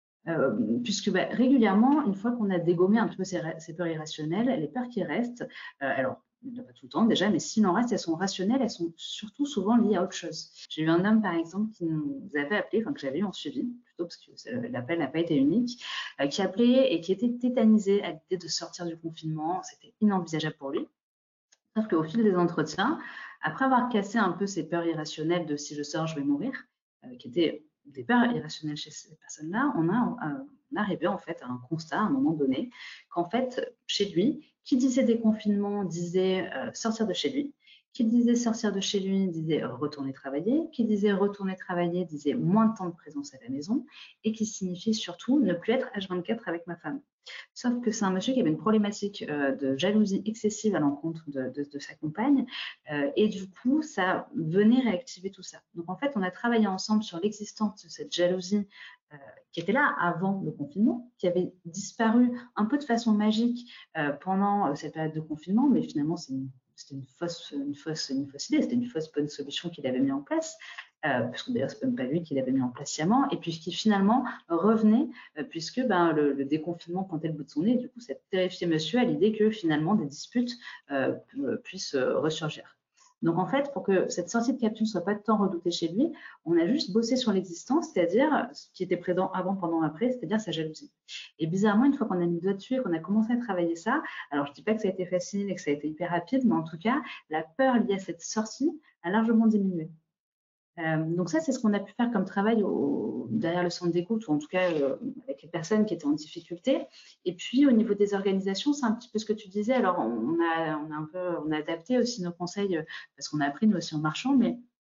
Puisque régulièrement, une fois qu'on a dégommé un petit peu ces peurs irrationnelles, les peurs qui restent, alors pas tout le temps déjà, mais s'il en reste, elles sont rationnelles, elles sont surtout souvent liées à autre chose. J'ai eu un homme, par exemple, qui nous avait appelé, enfin que j'avais eu en suivi, plutôt parce que l'appel n'a pas été unique, qui appelait et qui était tétanisé à l'idée de sortir du confinement. C'était inenvisageable pour lui. Sauf qu'au fil des entretiens, après avoir cassé un peu ces peurs irrationnelles de si je sors, je vais mourir, qui étaient des peurs irrationnelles chez ces personnes-là, on arrivé en fait à un constat à un moment donné qu'en fait, chez lui, qui disait déconfinement disait sortir de chez lui, qui disait sortir de chez lui disait retourner travailler, qui disait retourner travailler disait moins de temps de présence à la maison, et qui signifie surtout ne plus être H24 avec ma femme. Sauf que c'est un monsieur qui avait une problématique de jalousie excessive à l'encontre de sa compagne, et du coup, ça venait réactiver tout ça. Donc en fait, on a travaillé ensemble sur l'existence de cette jalousie qui était là avant le confinement, qui avait disparu un peu de façon magique pendant cette période de confinement, mais finalement, c'était une fausse idée, c'était une fausse bonne solution qu'il avait mis en place. Parce que d'ailleurs, c'est même pas lui qui l'avait mis en place sciemment, et puis qui finalement revenait, puisque le déconfinement pointait le bout de son nez, et du coup, ça terrifiait monsieur à l'idée que finalement des disputes puissent ressurgir. Donc en fait, pour que cette sortie de capsule ne soit pas tant redoutée chez lui, on a juste bossé sur l'existence, c'est-à-dire ce qui était présent avant, pendant, après, c'est-à-dire sa jalousie. Et bizarrement, une fois qu'on a mis le doigt dessus et qu'on a commencé à travailler ça, alors je ne dis pas que ça a été facile et que ça a été hyper rapide, mais en tout cas, la peur liée à cette sortie a largement diminué. Donc ça, c'est ce qu'on a pu faire comme travail derrière le centre d'écoute, ou en tout cas avec les personnes qui étaient en difficulté. Et puis au niveau des organisations, c'est un petit peu ce que tu disais. Alors on a adapté aussi nos conseils parce qu'on a appris nous aussi en marchant, mais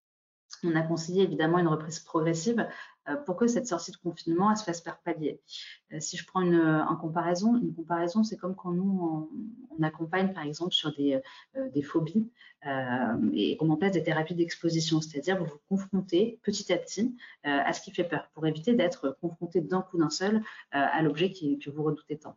On a conseillé évidemment une reprise progressive pour que cette sortie de confinement elle se fasse par palier. Si je prends une comparaison, c'est comme quand nous, on accompagne par exemple sur des phobies et qu'on met en place des thérapies d'exposition, c'est-à-dire vous vous confrontez petit à petit à ce qui fait peur pour éviter d'être confronté d'un coup d'un seul à l'objet que vous redoutez tant.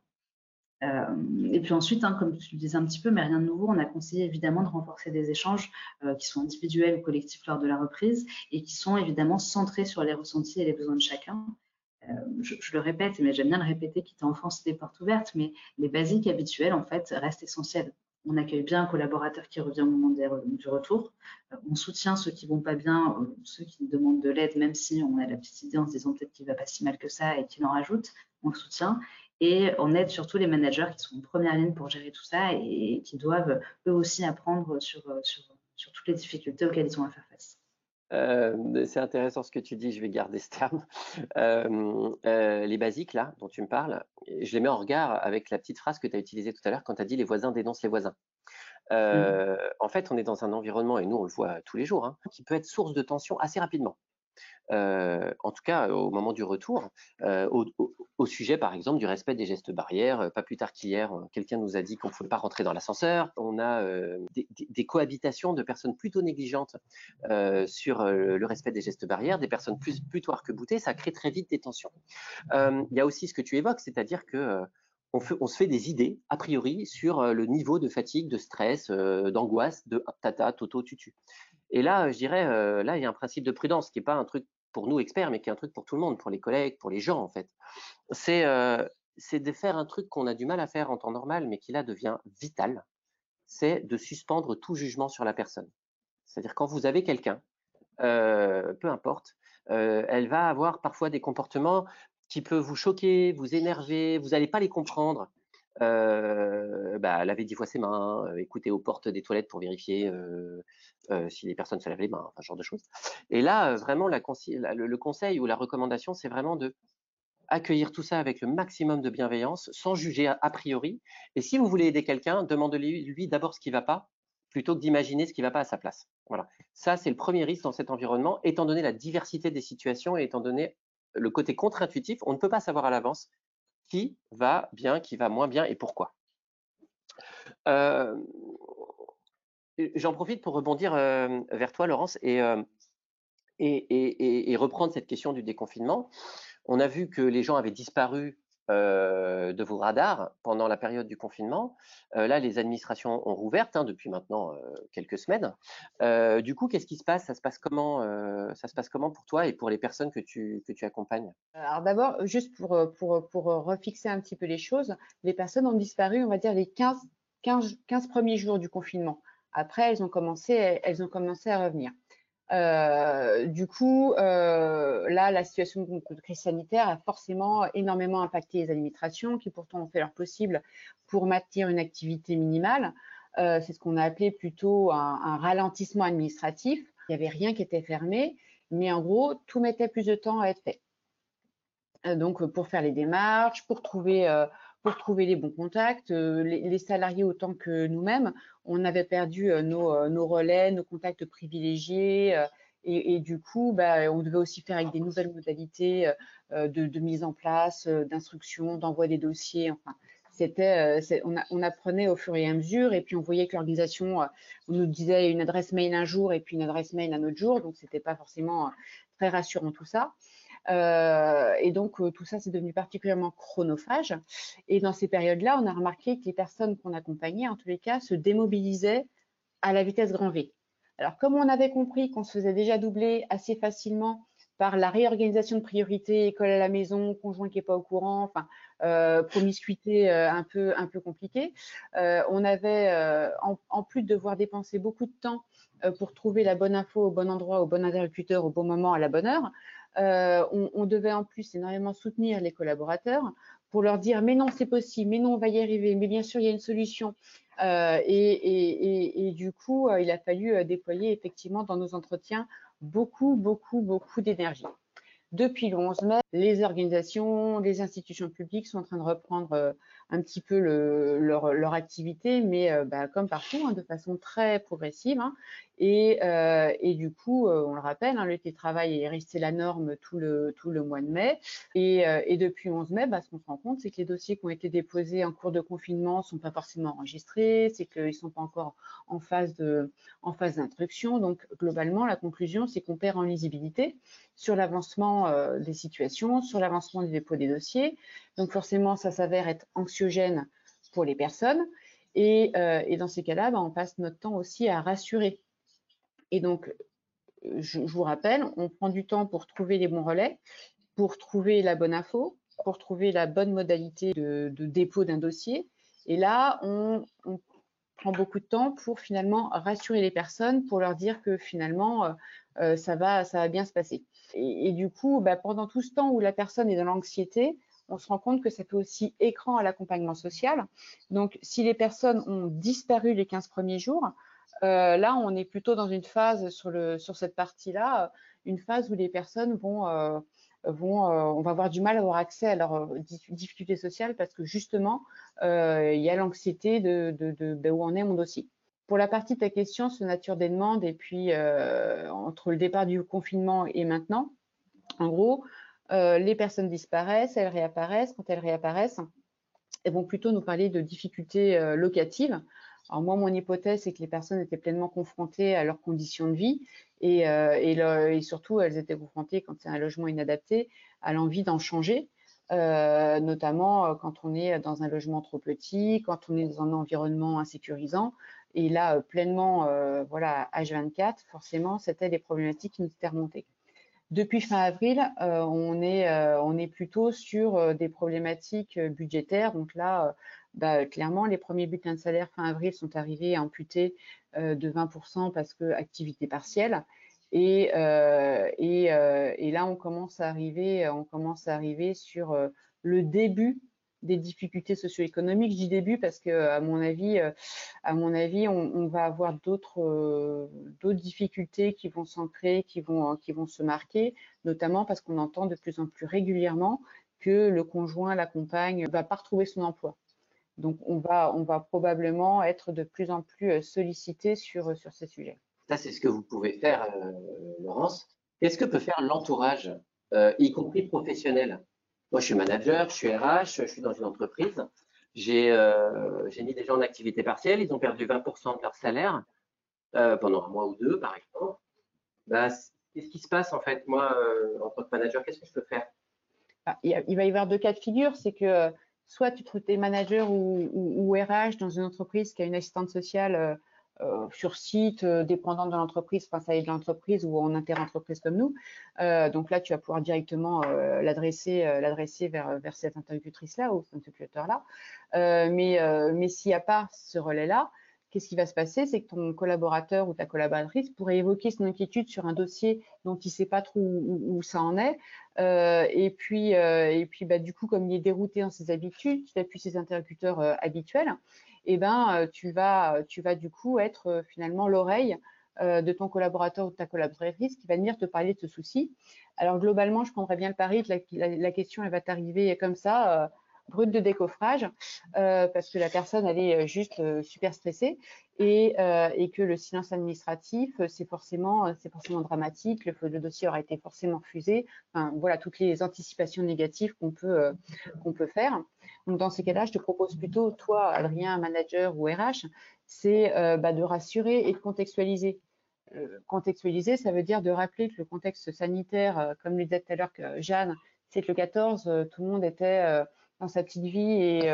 Et puis ensuite, hein, comme tu le disais un petit peu, mais rien de nouveau, on a conseillé évidemment de renforcer des échanges qui sont individuels ou collectifs lors de la reprise et qui sont évidemment centrés sur les ressentis et les besoins de chacun. Je le répète, mais j'aime bien le répéter, quitte à enfoncer des portes ouvertes, mais les basiques habituelles, en fait, restent essentielles. On accueille bien un collaborateur qui revient au moment du retour. On soutient ceux qui vont pas bien, ceux qui demandent de l'aide, même si on a la petite idée en se disant peut-être qu'il va pas si mal que ça et qu'il en rajoute. On le soutient. Et on aide surtout les managers qui sont en première ligne pour gérer tout ça et qui doivent eux aussi apprendre sur toutes les difficultés auxquelles ils ont à faire face. C'est intéressant ce que tu dis, je vais garder ce terme. Les basiques, là, dont tu me parles, je les mets en regard avec la petite phrase que tu as utilisée tout à l'heure quand tu as dit les voisins dénoncent les voisins. En fait, on est dans un environnement, et nous on le voit tous les jours, hein, qui peut être source de tension assez rapidement. En tout cas au moment du retour, au sujet par exemple du respect des gestes barrières. Pas plus tard qu'hier, quelqu'un nous a dit qu'on ne pouvait pas rentrer dans l'ascenseur. On a des cohabitations de personnes plutôt négligentes sur le respect des gestes barrières, des personnes plutôt arc-boutées, ça crée très vite des tensions. Il y a aussi ce que tu évoques, c'est-à-dire que on se fait des idées, a priori, sur le niveau de fatigue, de stress, d'angoisse, de tata, toto, tutu. Et là, je dirais, là, il y a un principe de prudence qui n'est pas un truc pour nous experts, mais qui est un truc pour tout le monde, pour les collègues, pour les gens, en fait. C'est de faire un truc qu'on a du mal à faire en temps normal, mais qui là devient vital, c'est de suspendre tout jugement sur la personne. C'est-à-dire quand vous avez quelqu'un, peu importe, elle va avoir parfois des comportements qui peuvent vous choquer, vous énerver, vous n'allez pas les comprendre. Laver 10 fois ses mains, écouter aux portes des toilettes pour vérifier si les personnes se lavent les mains, enfin, ce genre de choses. Et là, vraiment, le conseil ou la recommandation, c'est vraiment de accueillir tout ça avec le maximum de bienveillance, sans juger a priori. Et si vous voulez aider quelqu'un, demandez-lui d'abord ce qui ne va pas, plutôt que d'imaginer ce qui ne va pas à sa place. Voilà. Ça, c'est le premier risque dans cet environnement, étant donné la diversité des situations et étant donné le côté contre-intuitif, on ne peut pas savoir à l'avance qui va bien, qui va moins bien et pourquoi. J'en profite pour rebondir vers toi, Laurence, et reprendre cette question du déconfinement. On a vu que les gens avaient disparu de vos radars pendant la période du confinement. Là, les administrations ont rouvert depuis maintenant quelques semaines. Du coup, qu'est-ce qui se passe ? Ça se passe comment pour toi et pour les personnes que tu accompagnes ? Alors d'abord, juste pour refixer un petit peu les choses, les personnes ont disparu, on va dire, les 15 premiers jours du confinement. Après, elles ont commencé à revenir. Du coup, là, la situation de crise sanitaire a forcément énormément impacté les administrations qui pourtant ont fait leur possible pour maintenir une activité minimale. C'est ce qu'on a appelé plutôt un ralentissement administratif. Il n'y avait rien qui était fermé, mais en gros, tout mettait plus de temps à être fait. Donc, pour faire les démarches, pour trouver les bons contacts, les salariés autant que nous-mêmes, on avait perdu nos relais, nos contacts privilégiés et du coup, on devait aussi faire avec des nouvelles modalités de mise en place, d'instruction, d'envoi des dossiers. Enfin, on apprenait au fur et à mesure et puis on voyait que l'organisation, on nous disait une adresse mail un jour et puis une adresse mail un autre jour, donc c'était pas forcément très rassurant tout ça. Et donc, tout ça, c'est devenu particulièrement chronophage. Et dans ces périodes-là, on a remarqué que les personnes qu'on accompagnait, en tous les cas, se démobilisaient à la vitesse grand V. Alors, comme on avait compris qu'on se faisait déjà doubler assez facilement par la réorganisation de priorités, école à la maison, conjoint qui n'est pas au courant, enfin, promiscuité un peu compliquée, on avait, en plus de devoir dépenser beaucoup de temps pour trouver la bonne info au bon endroit, au bon interlocuteur, au bon moment, à la bonne heure, on devait en plus énormément soutenir les collaborateurs pour leur dire mais non c'est possible, mais non on va y arriver, mais bien sûr il y a une solution. Et du coup il a fallu déployer effectivement dans nos entretiens beaucoup d'énergie. depuis le 11 mai, les organisations, les institutions publiques sont en train de reprendre un petit peu leur activité, mais comme partout, hein, de façon très progressive. Hein. Et du coup, on le rappelle, hein, le télétravail est resté la norme tout le mois de mai. Et depuis le 11 mai, ce qu'on se rend compte, c'est que les dossiers qui ont été déposés en cours de confinement ne sont pas forcément enregistrés, c'est qu'ils ne sont pas encore en phase d'instruction. Donc, globalement, la conclusion, c'est qu'on perd en lisibilité sur l'avancement des situations, sur l'avancement du dépôt des dossiers. Donc, forcément, ça s'avère être anxiogène pour les personnes. Et dans ces cas-là, on passe notre temps aussi à rassurer. Et donc, je vous rappelle, on prend du temps pour trouver les bons relais, pour trouver la bonne info, pour trouver la bonne modalité de dépôt d'un dossier. Et là, on prend beaucoup de temps pour finalement rassurer les personnes, pour leur dire que finalement, ça va bien se passer. Et du coup, pendant tout ce temps où la personne est dans l'anxiété, on se rend compte que ça fait aussi écran à l'accompagnement social. Donc, si les personnes ont disparu les 15 premiers jours, là, on est plutôt dans une phase sur cette partie-là, une phase où les personnes on va avoir du mal à avoir accès à leurs difficultés sociales parce que justement, il y a l'anxiété de où en est mon dossier. Pour la partie de ta question sur nature des demandes et puis entre le départ du confinement et maintenant, en gros, les personnes disparaissent, elles réapparaissent. Quand elles réapparaissent, elles vont plutôt nous parler de difficultés locatives. Alors moi, mon hypothèse, c'est que les personnes étaient pleinement confrontées à leurs conditions de vie et surtout, elles étaient confrontées, quand c'est un logement inadapté, à l'envie d'en changer, notamment quand on est dans un logement trop petit, quand on est dans un environnement insécurisant. Et là, pleinement, H24, forcément, c'était des problématiques qui nous étaient remontées. Depuis fin avril, on est plutôt sur des problématiques budgétaires. Donc là, clairement, les premiers bulletins de salaire fin avril sont arrivés amputés de 20% parce que activité partielle. Et là, on commence à arriver sur le début des difficultés socio-économiques. Je dis début parce que, à mon avis, on va avoir d'autres difficultés qui vont s'ancrer, qui vont se marquer, notamment parce qu'on entend de plus en plus régulièrement que le conjoint, la compagne, ne va pas retrouver son emploi. Donc, on va probablement être de plus en plus sollicité sur ces sujets. Ça, c'est ce que vous pouvez faire, Laurence. Qu'est-ce que peut faire l'entourage, y compris professionnel? Moi, je suis manager, je suis RH, je suis dans une entreprise. J'ai mis des gens en activité partielle, ils ont perdu 20% de leur salaire pendant un mois ou deux, par exemple. Qu'est-ce qui se passe en fait? Moi, en tant que manager, qu'est-ce que je peux faire? Il va y avoir deux cas de figure, c'est que soit tu es manager ou RH dans une entreprise qui a une assistante sociale sur site, dépendante de l'entreprise, enfin ça est de l'entreprise ou en inter-entreprise comme nous. Donc là, tu vas pouvoir directement l'adresser vers cette interlocutrice-là ou cet interlocuteur-là. Mais s'il n'y a pas ce relais-là, qu'est-ce qui va se passer? C'est que ton collaborateur ou ta collaboratrice pourrait évoquer son inquiétude sur un dossier dont il ne sait pas trop où ça en est. Et puis du coup, comme il est dérouté dans ses habitudes, il n'a plus ses interlocuteurs habituels, et tu vas du coup être finalement l'oreille de ton collaborateur ou de ta collaboratrice qui va venir te parler de ce souci. Alors globalement, je prendrais bien le pari que la question elle va t'arriver comme ça, brute de décoffrage, parce que la personne elle est juste super stressée et que le silence administratif c'est forcément dramatique, le dossier aura été forcément refusé. Enfin, voilà toutes les anticipations négatives qu'on peut faire. Donc dans ces cas-là, je te propose plutôt, toi, Adrien, manager ou RH, c'est de rassurer et de contextualiser. Contextualiser, ça veut dire de rappeler que le contexte sanitaire, comme le disait tout à l'heure Jeanne, c'est que le 14, tout le monde était dans sa petite vie et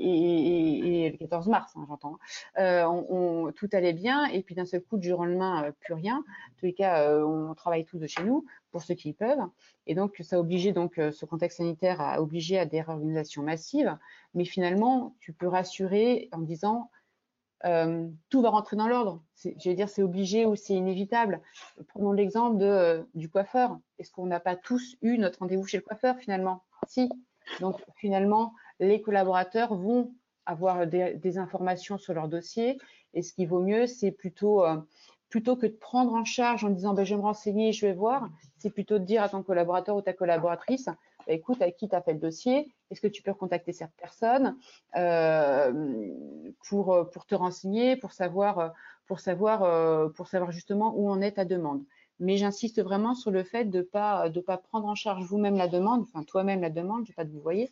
le 14 mars, hein, j'entends. Tout allait bien et puis d'un seul coup, du jour au lendemain, plus rien. En tous les cas, on travaille tous de chez nous pour ceux qui peuvent. Et donc, ça a obligé, ce contexte sanitaire a obligé à des réorganisations massives. Mais finalement, tu peux rassurer en disant tout va rentrer dans l'ordre. Je veux dire, c'est obligé ou c'est inévitable. Prenons l'exemple du coiffeur. Est-ce qu'on n'a pas tous eu notre rendez-vous chez le coiffeur finalement? Si. Donc finalement, les collaborateurs vont avoir des informations sur leur dossier et ce qui vaut mieux, c'est plutôt plutôt que de prendre en charge en disant je vais me renseigner, je vais voir, c'est plutôt de dire à ton collaborateur ou ta collaboratrice, écoute, avec qui tu as fait le dossier, est-ce que tu peux contacter cette personne pour te renseigner, pour savoir justement où en est ta demande. Mais j'insiste vraiment sur le fait de pas prendre en charge vous-même la demande, enfin toi-même la demande, je ne vais pas te vous voyez.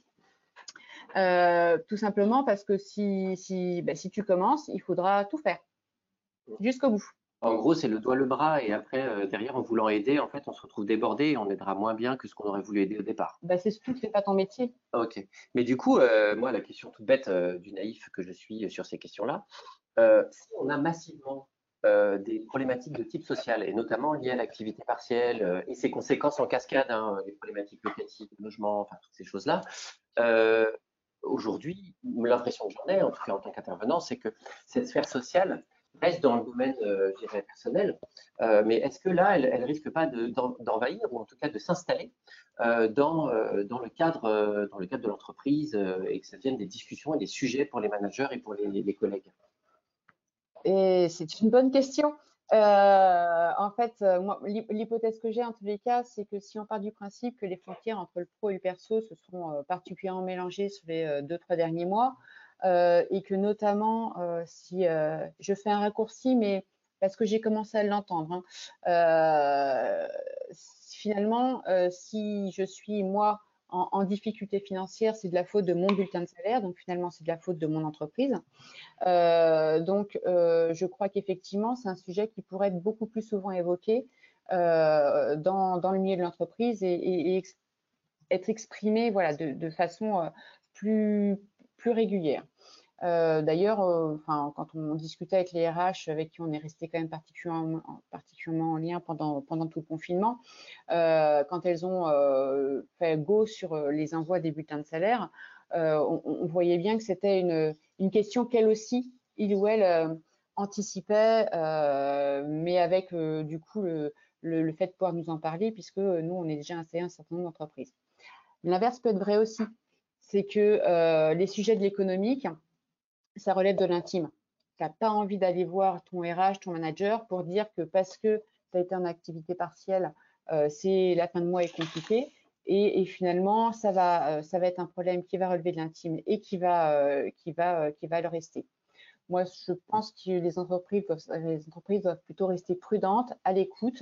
Tout simplement parce que si tu commences, il faudra tout faire jusqu'au bout. En gros, c'est le doigt le bras et après, derrière, en voulant aider, en fait, on se retrouve débordé et on aidera moins bien que ce qu'on aurait voulu aider au départ. C'est surtout que ce n'est pas ton métier. Ok. Mais du coup, moi, la question toute bête du naïf que je suis sur ces questions-là, si on a massivement des problématiques de type social, et notamment liées à l'activité partielle et ses conséquences en cascade, hein, les problématiques locatives, de logement, enfin toutes ces choses-là, aujourd'hui, l'impression que j'en ai, en tout cas en tant qu'intervenant, c'est que cette sphère sociale reste dans le domaine, je dirais, personnel, mais est-ce que là, elle risque pas d'envahir ou en tout cas de s'installer dans le cadre de l'entreprise et que ça devienne des discussions et des sujets pour les managers et pour les collègues? Et c'est une bonne question. En fait, moi, l'hypothèse que j'ai en tous les cas, c'est que si on part du principe que les frontières entre le pro et le perso se sont particulièrement mélangées sur les 2-3 derniers mois, et que notamment, si je fais un raccourci, mais parce que j'ai commencé à l'entendre, hein, finalement, si je suis moi en difficulté financière, c'est de la faute de mon bulletin de salaire, donc finalement c'est de la faute de mon entreprise. Donc, je crois qu'effectivement, c'est un sujet qui pourrait être beaucoup plus souvent évoqué dans le milieu de l'entreprise et être exprimé voilà, de façon plus régulière. D'ailleurs, quand on discutait avec les RH, avec qui on est resté quand même particulièrement en lien pendant tout le confinement, quand elles ont fait go sur les envois des bulletins de salaire, on voyait bien que c'était une question qu'elle aussi, il ou elle, anticipait, mais avec du coup le fait de pouvoir nous en parler, puisque nous, on est déjà installé un certain nombre d'entreprises. L'inverse peut être vrai aussi, c'est que les sujets de l'économique, ça relève de l'intime. Tu n'as pas envie d'aller voir ton RH, ton manager pour dire que parce que tu as été en activité partielle, c'est la fin de mois est compliquée. Et finalement, ça va être un problème qui va relever de l'intime et qui va le rester. Moi, je pense que les entreprises doivent plutôt rester prudentes, à l'écoute.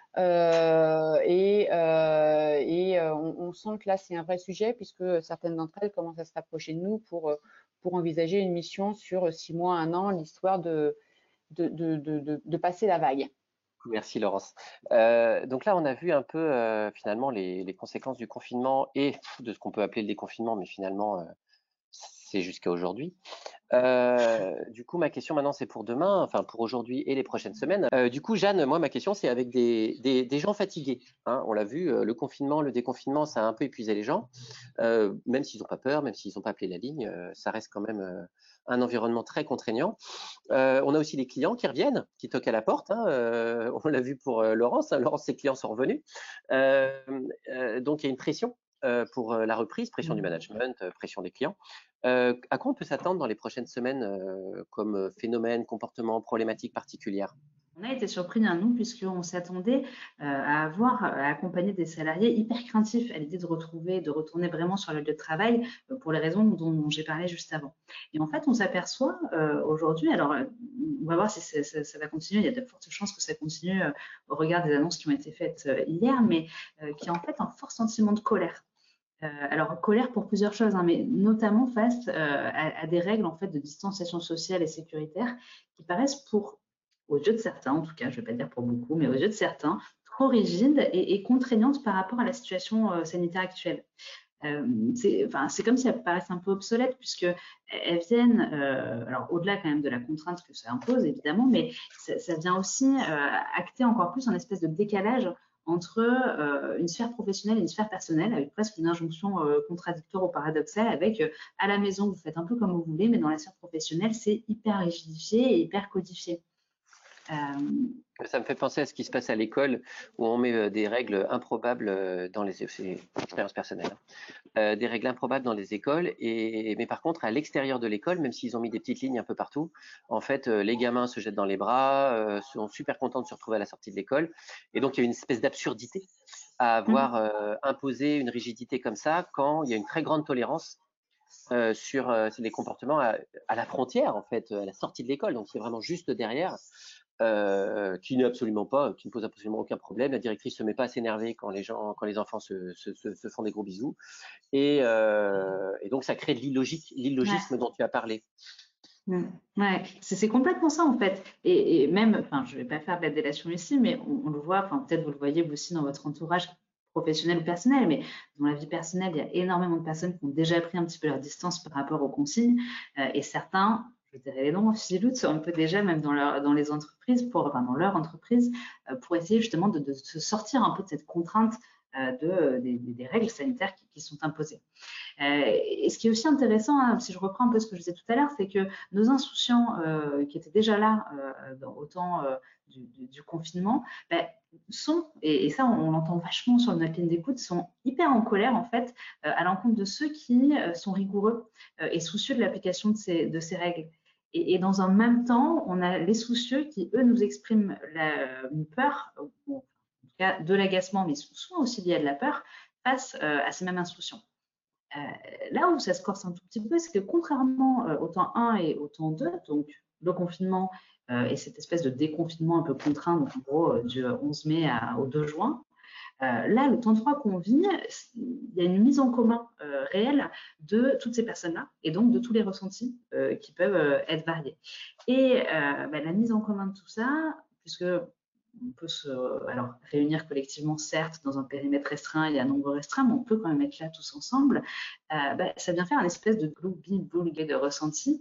On sent que là, c'est un vrai sujet puisque certaines d'entre elles commencent à se rapprocher de nous pour envisager une mission sur 6 mois, 1 an, l'histoire de passer la vague. Merci Laurence. Donc là, on a vu un peu finalement les conséquences du confinement et de ce qu'on peut appeler le déconfinement, mais finalement, c'est jusqu'à aujourd'hui. Du coup, ma question maintenant, c'est pour demain, enfin pour aujourd'hui et les prochaines semaines. Du coup, Jeanne, moi, ma question, c'est avec des gens fatigués. Hein, on l'a vu, le confinement, le déconfinement, ça a un peu épuisé les gens. Même s'ils n'ont pas peur, même s'ils n'ont pas appelé la ligne, ça reste quand même un environnement très contraignant. On a aussi les clients qui reviennent, qui toquent à la porte. Hein, on l'a vu pour Laurence. Hein, Laurence, ses clients sont revenus. Donc, il y a une pression pour la reprise, pression du management, pression des clients. À quoi on peut s'attendre dans les prochaines semaines comme phénomène, comportement, problématique particulière? On a été surpris, hein, nous, puisqu'on s'attendait à accompagner des salariés hyper craintifs à l'idée de retourner vraiment sur le lieu de travail pour les raisons dont j'ai parlé juste avant. Et en fait, on s'aperçoit aujourd'hui, alors on va voir si ça va continuer, il y a de fortes chances que ça continue au regard des annonces qui ont été faites hier, mais qui a en fait un fort sentiment de colère. Alors, colère pour plusieurs choses, hein, mais notamment face à des règles en fait, de distanciation sociale et sécuritaire qui paraissent aux yeux de certains, en tout cas, je ne vais pas dire pour beaucoup, mais aux yeux de certains, trop rigides et contraignantes par rapport à la situation sanitaire actuelle. C'est comme si elles paraissent un peu obsolètes puisqu'elles viennent, alors au-delà quand même de la contrainte que ça impose évidemment, mais ça vient aussi acter encore plus un espèce de décalage entre une sphère professionnelle et une sphère personnelle, avec presque une injonction contradictoire ou paradoxale, avec à la maison vous faites un peu comme vous voulez, mais dans la sphère professionnelle c'est hyper rigidifié et hyper codifié. Ça me fait penser à ce qui se passe à l'école où on met des règles improbables dans les... C'est une expérience personnelle. Des règles improbables dans les écoles, mais par contre, à l'extérieur de l'école, même s'ils ont mis des petites lignes un peu partout, en fait, les gamins se jettent dans les bras, sont super contents de se retrouver à la sortie de l'école. Et donc, il y a une espèce d'absurdité à avoir imposé une rigidité comme ça quand il y a une très grande tolérance sur les comportements à la frontière, en fait, à la sortie de l'école. Donc, c'est vraiment juste derrière. Qui ne pose absolument aucun problème. La directrice se met pas à s'énerver quand les enfants se font des gros bisous. Et donc, ça crée de l'illogisme dont tu as parlé. Ouais, c'est complètement ça en fait. Et même, enfin, je vais pas faire de la délation ici, mais on le voit, enfin, peut-être vous le voyez vous aussi dans votre entourage professionnel ou personnel, mais dans la vie personnelle, il y a énormément de personnes qui ont déjà pris un petit peu leur distance par rapport aux consignes, et certains, je dirais les noms, filoutent un peu déjà même dans les entreprises, dans leur entreprise, pour essayer justement de se sortir un peu de cette contrainte des règles sanitaires qui sont imposées. Et ce qui est aussi intéressant, hein, si je reprends un peu ce que je disais tout à l'heure, c'est que nos insouciants qui étaient déjà là au temps du confinement, sont, et ça on l'entend vachement sur notre ligne d'écoute, sont hyper en colère en fait à l'encontre de ceux qui sont rigoureux et soucieux de l'application de ces règles. Et dans un même temps, on a les soucieux qui, eux, nous expriment une peur, ou en tout cas de l'agacement, mais souvent aussi lié à de la peur, face à ces mêmes insouciants. Là où ça se corse un tout petit peu, c'est que contrairement au temps 1 et au temps 2, donc le confinement et cette espèce de déconfinement un peu contraint, donc en gros du 11 mai au 2 juin, là, le temps 3 qu'on vit, il y a une mise en commun réelle de toutes ces personnes-là et donc de tous les ressentis qui peuvent être variés. Et la mise en commun de tout ça, puisque on peut se réunir collectivement, certes, dans un périmètre restreint et à nombre restreint, mais on peut quand même être là tous ensemble. Ça vient faire un espèce de gloubi-boulga de ressenti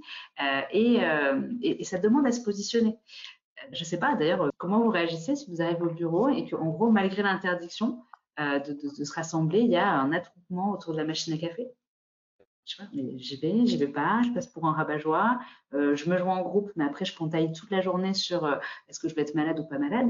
et ça demande à se positionner. Je ne sais pas d'ailleurs comment vous réagissez si vous arrivez au bureau et qu'en gros, malgré l'interdiction de se rassembler, il y a un attroupement autour de la machine à café. Je sais pas, mais j'y vais pas, je passe pour un rabat-joie, je me joins en groupe, mais après je pentaille toute la journée sur est-ce que je vais être malade ou pas malade.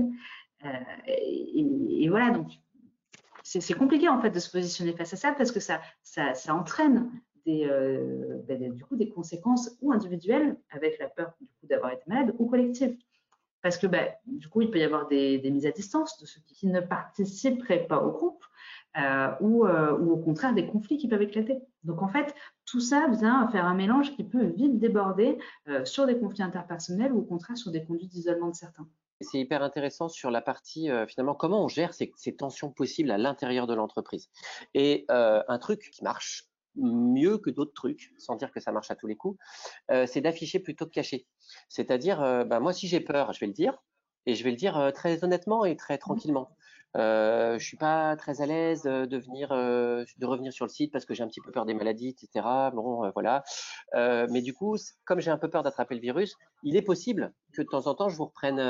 Et voilà, donc c'est compliqué en fait de se positionner face à ça parce que ça entraîne du coup des conséquences ou individuelles avec la peur du coup d'avoir été malade ou collectives. Parce que du coup, il peut y avoir des mises à distance de ceux qui ne participeraient pas au groupe ou au contraire des conflits qui peuvent éclater. Donc en fait, tout ça vient faire un mélange qui peut vite déborder sur des conflits interpersonnels ou au contraire sur des conduites d'isolement de certains. C'est hyper intéressant sur la partie, finalement, comment on gère ces tensions possibles à l'intérieur de l'entreprise. Et un truc qui marche mieux que d'autres trucs, sans dire que ça marche à tous les coups, c'est d'afficher plutôt que cacher. C'est-à-dire, moi, si j'ai peur, je vais le dire, et je vais le dire très honnêtement et très tranquillement. Je suis pas très à l'aise de revenir sur le site parce que j'ai un petit peu peur des maladies, etc. Bon, voilà. Mais du coup, comme j'ai un peu peur d'attraper le virus, il est possible que de temps en temps, je vous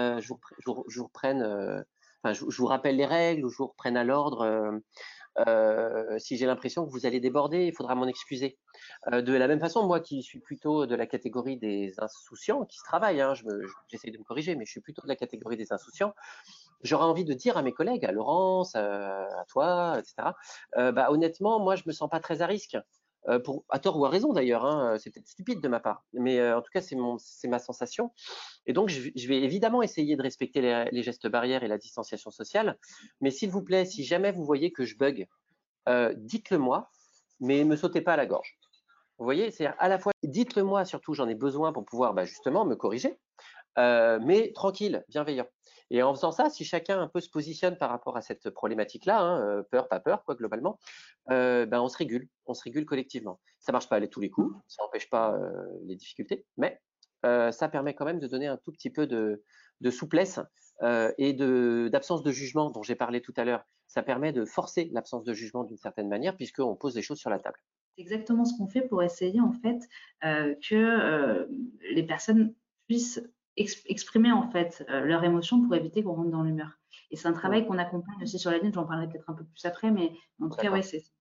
rappelle les règles ou je vous reprenne à l'ordre. Si j'ai l'impression que vous allez déborder, il faudra m'en excuser. De la même façon, moi qui suis plutôt de la catégorie des insouciants, qui se travaillent, hein, j'essaie de me corriger, mais je suis plutôt de la catégorie des insouciants, j'aurais envie de dire à mes collègues, à Laurence, à toi, etc., honnêtement, moi, je me sens pas très à risque. À tort ou à raison d'ailleurs, hein, c'est peut-être stupide de ma part, mais en tout cas, c'est ma sensation. Et donc, je vais évidemment essayer de respecter les gestes barrières et la distanciation sociale, mais s'il vous plaît, si jamais vous voyez que je bug, dites-le moi, mais ne me sautez pas à la gorge. Vous voyez, c'est à la fois, dites-le moi, surtout, j'en ai besoin pour pouvoir justement me corriger, mais tranquille, bienveillant. Et en faisant ça, si chacun un peu se positionne par rapport à cette problématique-là, hein, peur, pas peur, quoi, globalement, on se régule collectivement. Ça marche pas à tous les coups, ça n'empêche pas les difficultés, mais ça permet quand même de donner un tout petit peu de souplesse et d'absence de jugement dont j'ai parlé tout à l'heure. Ça permet de forcer l'absence de jugement d'une certaine manière puisqu'on pose des choses sur la table. C'est exactement ce qu'on fait pour essayer en fait que les personnes puissent exprimer en fait leurs émotions pour éviter qu'on rentre dans l'humeur. Et c'est un travail qu'on accompagne aussi sur la ligne, j'en parlerai peut-être un peu plus après, mais en tout cas, ouais, c'est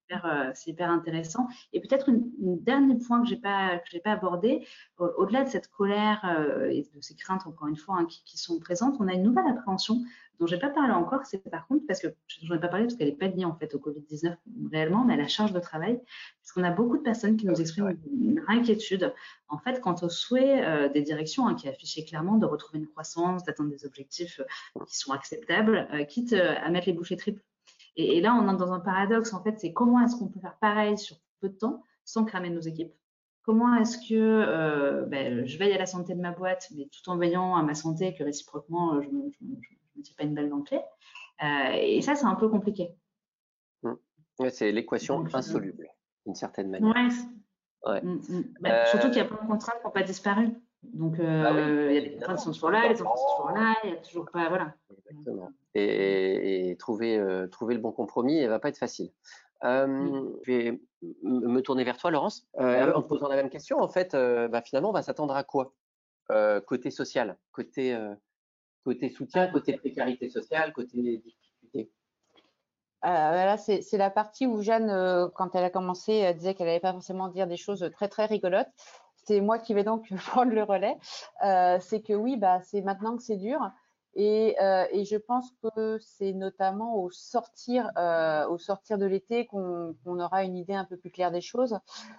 c'est hyper intéressant. Et peut-être une dernier point que j'ai pas abordé, au-delà de cette colère et de ces craintes, encore une fois, hein, qui sont présentes, on a une nouvelle appréhension dont j'ai pas parlé encore, c'est par contre, parce que j'en ai pas parlé parce qu'elle n'est pas liée en fait au Covid-19 réellement, mais à la charge de travail, parce qu'on a beaucoup de personnes qui nous expriment une inquiétude, en fait, quant au souhait des directions, hein, qui affichaient clairement de retrouver une croissance, d'atteindre des objectifs qui sont acceptables, quitte à mettre les bouchées triples. Et là, on entre dans un paradoxe, en fait, c'est comment est-ce qu'on peut faire pareil sur peu de temps sans cramer nos équipes? Comment est-ce que je veille à la santé de ma boîte, mais tout en veillant à ma santé et que réciproquement, je me tire pas une balle dans le pied? Et ça, c'est un peu compliqué. Ouais, c'est l'équation insoluble, d'une certaine manière. Ouais. Surtout qu'il y a plein de contraintes qui n'ont pas disparu. Donc, il y a des contraintes qui sont toujours là, les enfants sont toujours là, il n'y a toujours pas. Voilà. Exactement. Et trouver le bon compromis, elle ne va pas être facile. Je vais me tourner vers toi, Laurence, en te posant la même question. En fait, finalement, on va s'attendre à quoi côté social, côté soutien, côté précarité sociale, côté difficulté? Là, c'est la partie où Jeanne, quand elle a commencé, elle disait qu'elle n'allait pas forcément dire des choses très, très rigolotes. C'est moi qui vais donc prendre le relais. C'est que oui, c'est maintenant que c'est dur. Et je pense que c'est notamment au sortir de l'été qu'on aura une idée un peu plus claire des choses.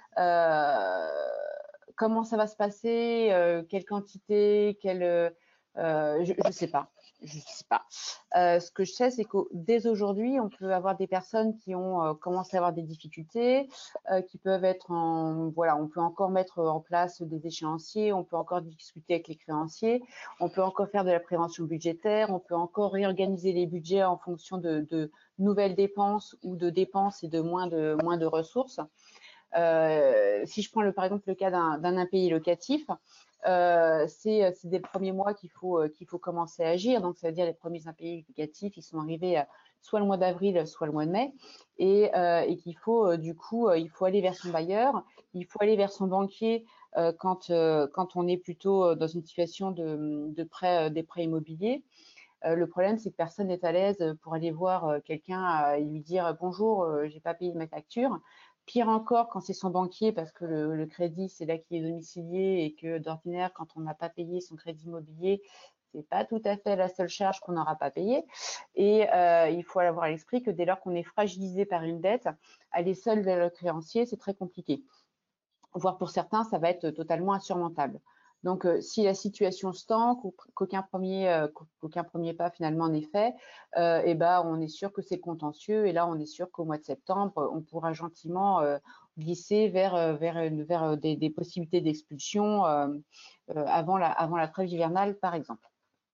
Comment ça va se passer, quelle quantité, je ne sais pas. Je sais pas. Ce que je sais, c'est que dès aujourd'hui, on peut avoir des personnes qui ont commencé à avoir des difficultés, qui peuvent être on peut encore mettre en place des échéanciers, on peut encore discuter avec les créanciers, on peut encore faire de la prévention budgétaire, on peut encore réorganiser les budgets en fonction de nouvelles dépenses ou de dépenses et de moins de ressources. Si je prends par exemple le cas d'un impayé locatif, c'est dès le premier mois qu'il faut commencer à agir. Donc, ça veut dire les premiers impayés locatifs, ils sont arrivés soit le mois d'avril, soit le mois de mai, et qu'il faut du coup, il faut aller vers son bailleur, il faut aller vers son banquier quand on est plutôt dans une situation de prêt, des prêts immobiliers. Le problème, c'est que personne n'est à l'aise pour aller voir quelqu'un et lui dire bonjour, j'ai pas payé ma facture. Pire encore quand c'est son banquier, parce que le crédit, c'est là qu'il est domicilié et que d'ordinaire, quand on n'a pas payé son crédit immobilier, c'est pas tout à fait la seule charge qu'on n'aura pas payée. Et il faut avoir à l'esprit que dès lors qu'on est fragilisé par une dette, aller seul vers le créancier, c'est très compliqué. Voire pour certains, ça va être totalement insurmontable. Donc, si la situation se tend, qu'aucun premier pas finalement n'est fait, on est sûr que c'est contentieux. Et là, on est sûr qu'au mois de septembre, on pourra gentiment glisser vers des possibilités d'expulsion avant la trêve hivernale, par exemple.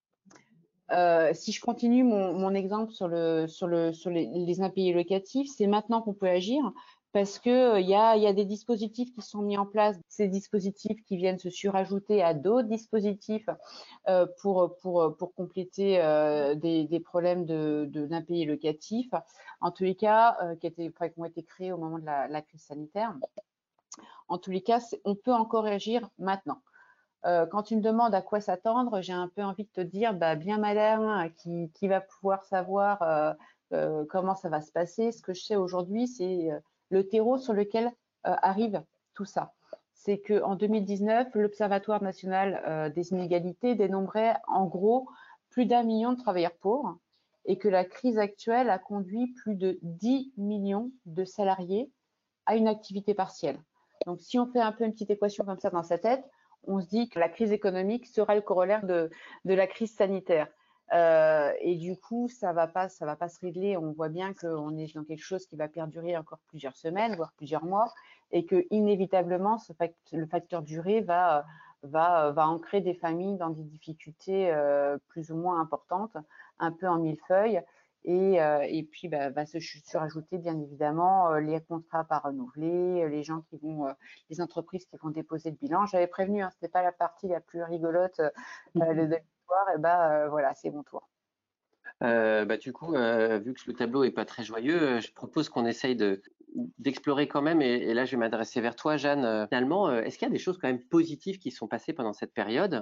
Si je continue mon exemple sur les impayés locatifs, c'est maintenant qu'on peut agir parce que il y a des dispositifs qui sont mis en place, ces dispositifs qui viennent se surajouter à d'autres dispositifs pour compléter des problèmes d'impayés locatifs, en tous les cas qui ont été créés au moment de la crise sanitaire. En tous les cas, on peut encore agir maintenant. Quand tu me demandes à quoi s'attendre, j'ai un peu envie de te dire, bien madame, qui va pouvoir savoir comment ça va se passer. Ce que je sais aujourd'hui, c'est le terreau sur lequel arrive tout ça. C'est qu'en 2019, l'Observatoire national des inégalités dénombrait en gros plus d'1 million de travailleurs pauvres et que la crise actuelle a conduit plus de 10 millions de salariés à une activité partielle. Donc, si on fait un peu une petite équation comme ça dans sa tête, on se dit que la crise économique sera le corollaire de la crise sanitaire. Et du coup, ça va pas se régler. On voit bien qu'on est dans quelque chose qui va perdurer encore plusieurs semaines, voire plusieurs mois, et que inévitablement, le facteur durée va ancrer des familles dans des difficultés plus ou moins importantes, un peu en millefeuille. Et puis, va se surajouter bien évidemment les contrats pas renouvelés, les entreprises qui vont déposer le bilan. J'avais prévenu, hein, c'était pas la partie la plus rigolote de l'histoire. Et voilà, c'est mon tour. Du coup, vu que le tableau est pas très joyeux, je propose qu'on essaye d'explorer quand même. Et là, je vais m'adresser vers toi, Jeanne. Finalement, est-ce qu'il y a des choses quand même positives qui sont passées pendant cette période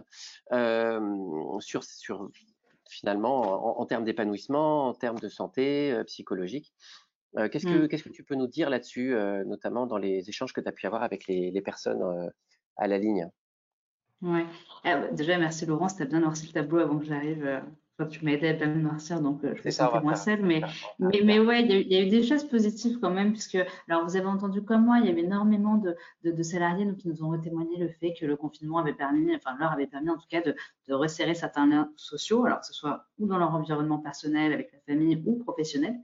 finalement en termes d'épanouissement, en termes de santé psychologique? Mm. Qu'est-ce que tu peux nous dire là-dessus, notamment dans les échanges que tu as pu avoir avec les personnes à la ligne? Ouais. Ah bah, déjà, merci Laurence, tu as bien noirci le tableau avant que j'arrive. Enfin, tu m'as aidé à bien le noircir, donc je me C'est ça, sentais moins seule. Mais, on va faire. ouais, il y a eu des choses positives quand même, puisque, alors vous avez entendu comme moi, il y avait énormément de salariés qui nous ont témoigné le fait que le confinement avait permis, enfin leur avait permis en tout cas de resserrer certains liens sociaux, alors que ce soit ou dans leur environnement personnel, avec la famille ou professionnel.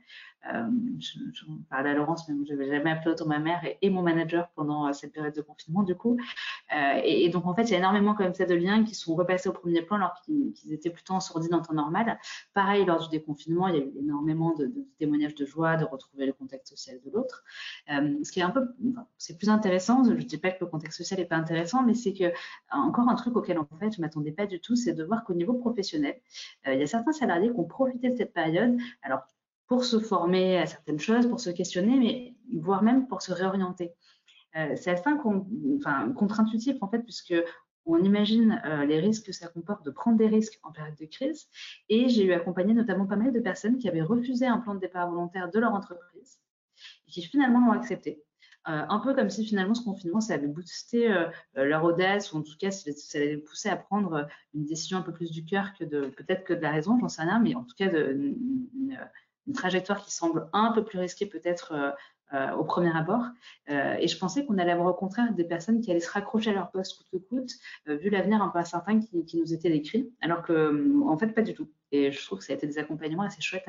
Je parlais à Laurence, mais je n'avais jamais appelé autant ma mère et mon manager pendant cette période de confinement, du coup. Et donc, en fait, il y a énormément comme ça de liens qui sont repassés au premier plan alors qu'ils étaient plutôt en sourdine en temps normal. Pareil, lors du déconfinement, il y a eu énormément de témoignages de joie, de retrouver le contact social de l'autre. Ce qui est un peu, enfin, c'est plus intéressant, je ne dis pas que le contexte social n'est pas intéressant, mais c'est que encore un truc auquel en fait je ne m'attendais pas du tout, c'est de voir qu'au niveau professionnel, il y a certains salariés qui ont profité de cette période, alors pour se former à certaines choses, pour se questionner, mais voire même pour se réorienter. C'est assez contre-intuitif en fait, puisque on imagine les risques que ça comporte de prendre des risques en période de crise. Et j'ai eu accompagné notamment pas mal de personnes qui avaient refusé un plan de départ volontaire de leur entreprise et qui finalement l'ont accepté. Un peu comme si finalement ce confinement, ça avait boosté leur audace, ou en tout cas, ça les poussait à prendre une décision un peu plus du cœur que peut-être que de la raison, j'en sais rien, mais en tout cas une trajectoire qui semble un peu plus risquée peut-être au premier abord. Et je pensais qu'on allait avoir au contraire des personnes qui allaient se raccrocher à leur poste coûte que coûte, vu l'avenir un peu incertain qui nous était décrit, alors que en fait pas du tout. Et je trouve que ça a été des accompagnements assez chouettes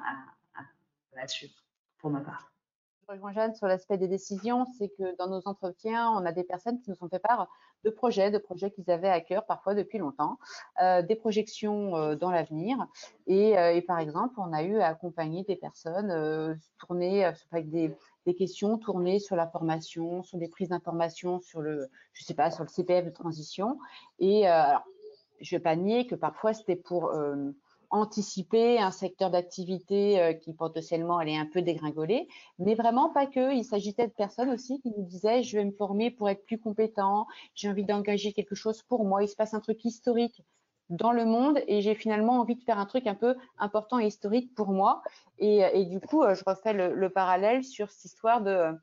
à suivre pour ma part. Je rejoins Jeanne sur l'aspect des décisions, c'est que dans nos entretiens, on a des personnes qui nous ont fait part de projets qu'ils avaient à cœur parfois depuis longtemps, des projections dans l'avenir. Et par exemple, on a eu à accompagner des personnes tournées avec des questions tournées sur la formation, sur des prises d'informations, sur je sais pas, sur le CPF de transition. Et alors, je ne vais pas nier que parfois c'était pour anticiper un secteur d'activité qui potentiellement allait un peu dégringoler, mais vraiment pas que. Il s'agissait de personnes aussi qui nous disaient je vais me former pour être plus compétent, j'ai envie d'engager quelque chose pour moi, il se passe un truc historique dans le monde et j'ai finalement envie de faire un truc un peu important et historique pour moi. Et du coup, je refais le parallèle sur cette histoire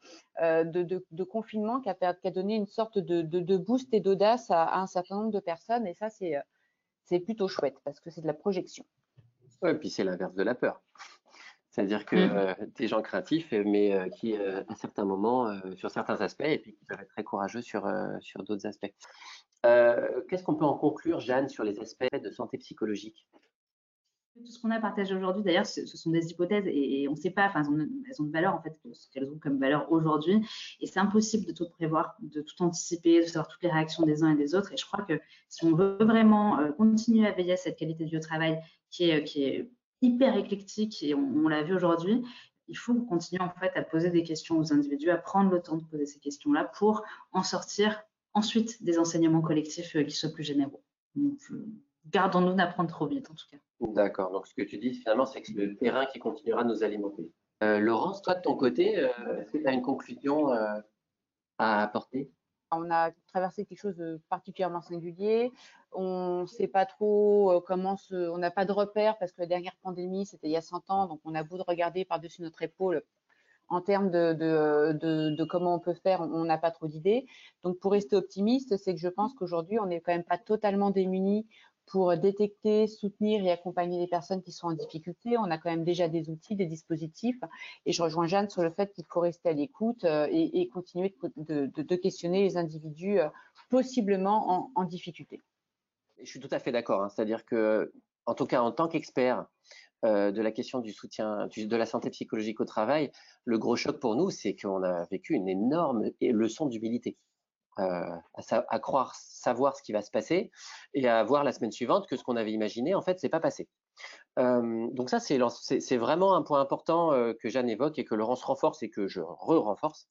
de confinement qui a donné une sorte de boost et d'audace à un certain nombre de personnes. Et ça, c'est plutôt chouette parce que c'est de la projection. Ouais, et puis c'est l'inverse de la peur. C'est-à-dire que des gens craintifs, mais qui, à certains moments, sur certains aspects, et puis qui peuvent être très courageux sur d'autres aspects. Qu'est-ce qu'on peut en conclure, Jeanne, sur les aspects de santé psychologique? Tout ce qu'on a partagé aujourd'hui, d'ailleurs, ce sont des hypothèses et on ne sait pas, enfin, elles ont de valeur, en fait, ce qu'elles ont comme valeur aujourd'hui. Et c'est impossible de tout prévoir, de tout anticiper, de savoir toutes les réactions des uns et des autres. Et je crois que si on veut vraiment continuer à veiller à cette qualité de vie au travail qui est hyper éclectique, et on l'a vu aujourd'hui, il faut continuer en fait à poser des questions aux individus, à prendre le temps de poser ces questions-là pour en sortir ensuite des enseignements collectifs qui soient plus généraux. Donc, gardons-nous d'apprendre trop vite, en tout cas. D'accord, donc ce que tu dis finalement, c'est que c'est le terrain qui continuera de nous alimenter. Laurence, toi de ton côté, est-ce que tu as une conclusion à apporter? On a traversé quelque chose de particulièrement singulier. On ne sait pas trop on n'a pas de repères parce que la dernière pandémie, c'était il y a 100 ans, donc on a beau de regarder par-dessus notre épaule. En termes de comment on peut faire, on n'a pas trop d'idées. Donc, pour rester optimiste, c'est que je pense qu'aujourd'hui, on n'est quand même pas totalement démunis pour détecter, soutenir et accompagner les personnes qui sont en difficulté. On a quand même déjà des outils, des dispositifs. Et je rejoins Jeanne sur le fait qu'il faut rester à l'écoute et continuer de questionner les individus possiblement en difficulté. Je suis tout à fait d'accord, hein. C'est-à-dire que, en tout cas, en tant qu'expert de la question du soutien, de la santé psychologique au travail, le gros choc pour nous, c'est qu'on a vécu une énorme leçon d'humilité. À croire savoir ce qui va se passer et à voir la semaine suivante que ce qu'on avait imaginé, en fait, c'est pas passé. Donc ça, c'est vraiment un point important que Jeanne évoque et que Laurence renforce et que je renforce.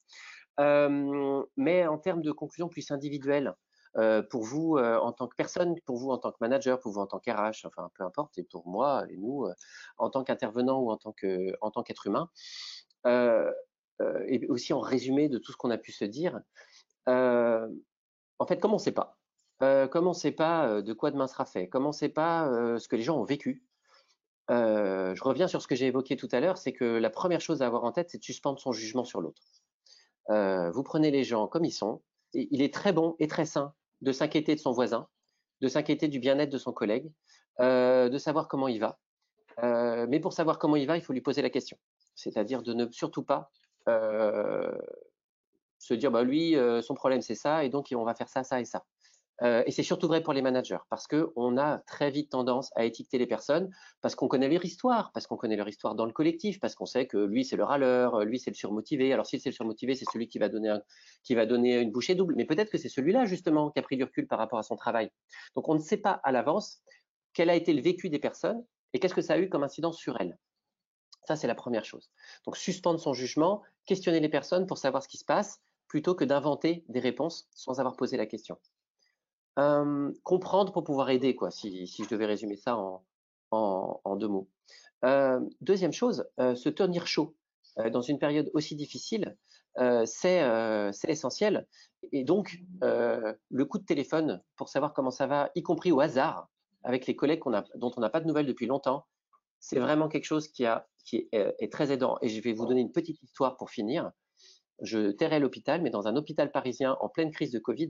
Mais en termes de conclusion plus individuelle, pour vous en tant que personne, pour vous en tant que manager, pour vous en tant qu'RH, enfin peu importe, et pour moi et nous en tant qu'intervenant ou en tant qu'être humain, et aussi en résumé de tout ce qu'on a pu se dire, en fait, comme on ne sait pas, comme on ne sait pas de quoi demain sera fait, comme on ne sait pas ce que les gens ont vécu, Je reviens sur ce que j'ai évoqué tout à l'heure, c'est que la première chose à avoir en tête, c'est de suspendre son jugement sur l'autre. Vous prenez les gens comme ils sont. Et il est très bon et très sain de s'inquiéter de son voisin, de s'inquiéter du bien-être de son collègue, de savoir comment il va. Mais pour savoir comment il va, il faut lui poser la question. C'est-à-dire de ne surtout pas se dire, bah lui, son problème c'est ça, et donc on va faire ça, ça et ça. Et c'est surtout vrai pour les managers, parce qu'on a très vite tendance à étiqueter les personnes, parce qu'on connaît leur histoire, parce qu'on connaît leur histoire dans le collectif, parce qu'on sait que lui c'est le râleur, lui c'est le surmotivé. Alors si c'est le surmotivé, c'est celui qui va donner une bouchée double, mais peut-être que c'est celui-là justement qui a pris du recul par rapport à son travail. Donc on ne sait pas à l'avance quel a été le vécu des personnes et qu'est-ce que ça a eu comme incidence sur elles. Ça, c'est la première chose. Donc, suspendre son jugement, questionner les personnes pour savoir ce qui se passe, plutôt que d'inventer des réponses sans avoir posé la question. Comprendre pour pouvoir aider, quoi, si je devais résumer ça en 2 mots. Deuxième chose, se tenir chaud dans une période aussi difficile, c'est essentiel. Et donc, le coup de téléphone pour savoir comment ça va, y compris au hasard, avec les collègues dont on n'a pas de nouvelles depuis longtemps, c'est vraiment quelque chose qui est très aidant. Et je vais vous donner une petite histoire pour finir. Je tairai l'hôpital, mais dans un hôpital parisien en pleine crise de Covid.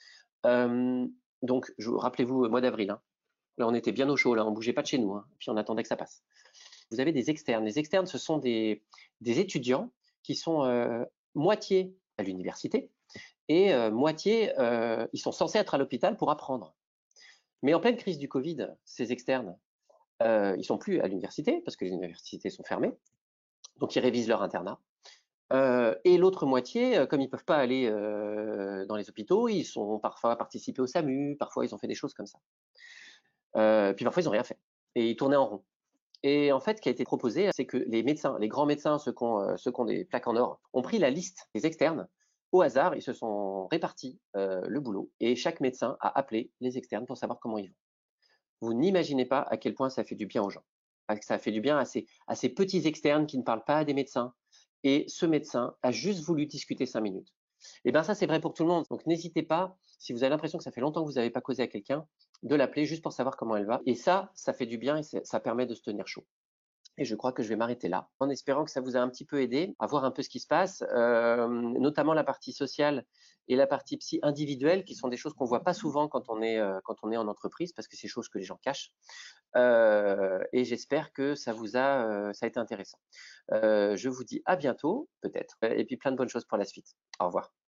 Donc, rappelez-vous, mois d'avril, hein. Là, on était bien au chaud, là, on bougeait pas de chez nous, hein, puis on attendait que ça passe. Vous avez des externes. Les externes, ce sont des étudiants qui sont moitié à l'université et moitié, ils sont censés être à l'hôpital pour apprendre. Mais en pleine crise du Covid, ces externes, ils sont plus à l'université parce que les universités sont fermées, donc ils révisent leur internat. Et l'autre moitié, comme ils peuvent pas aller dans les hôpitaux, ils sont parfois participés au SAMU, parfois ils ont fait des choses comme ça. Puis parfois ils ont rien fait et ils tournaient en rond. Et en fait, ce qui a été proposé, c'est que les médecins, les grands médecins, ceux qui ont des plaques en or, ont pris la liste des externes. Au hasard, ils se sont répartis le boulot et chaque médecin a appelé les externes pour savoir comment ils vont. Vous n'imaginez pas à quel point ça fait du bien aux gens. Ça fait du bien à ces petits externes qui ne parlent pas à des médecins. Et ce médecin a juste voulu discuter 5 minutes. Et bien ça, c'est vrai pour tout le monde. Donc n'hésitez pas, si vous avez l'impression que ça fait longtemps que vous n'avez pas causé à quelqu'un, de l'appeler juste pour savoir comment elle va. Et ça fait du bien et ça permet de se tenir chaud. Et je crois que je vais m'arrêter là, en espérant que ça vous a un petit peu aidé à voir un peu ce qui se passe, notamment la partie sociale et la partie psy individuelle, qui sont des choses qu'on voit pas souvent quand on est en entreprise, parce que c'est des choses que les gens cachent. Et j'espère que ça a été intéressant. Je vous dis à bientôt, peut-être, et puis plein de bonnes choses pour la suite. Au revoir.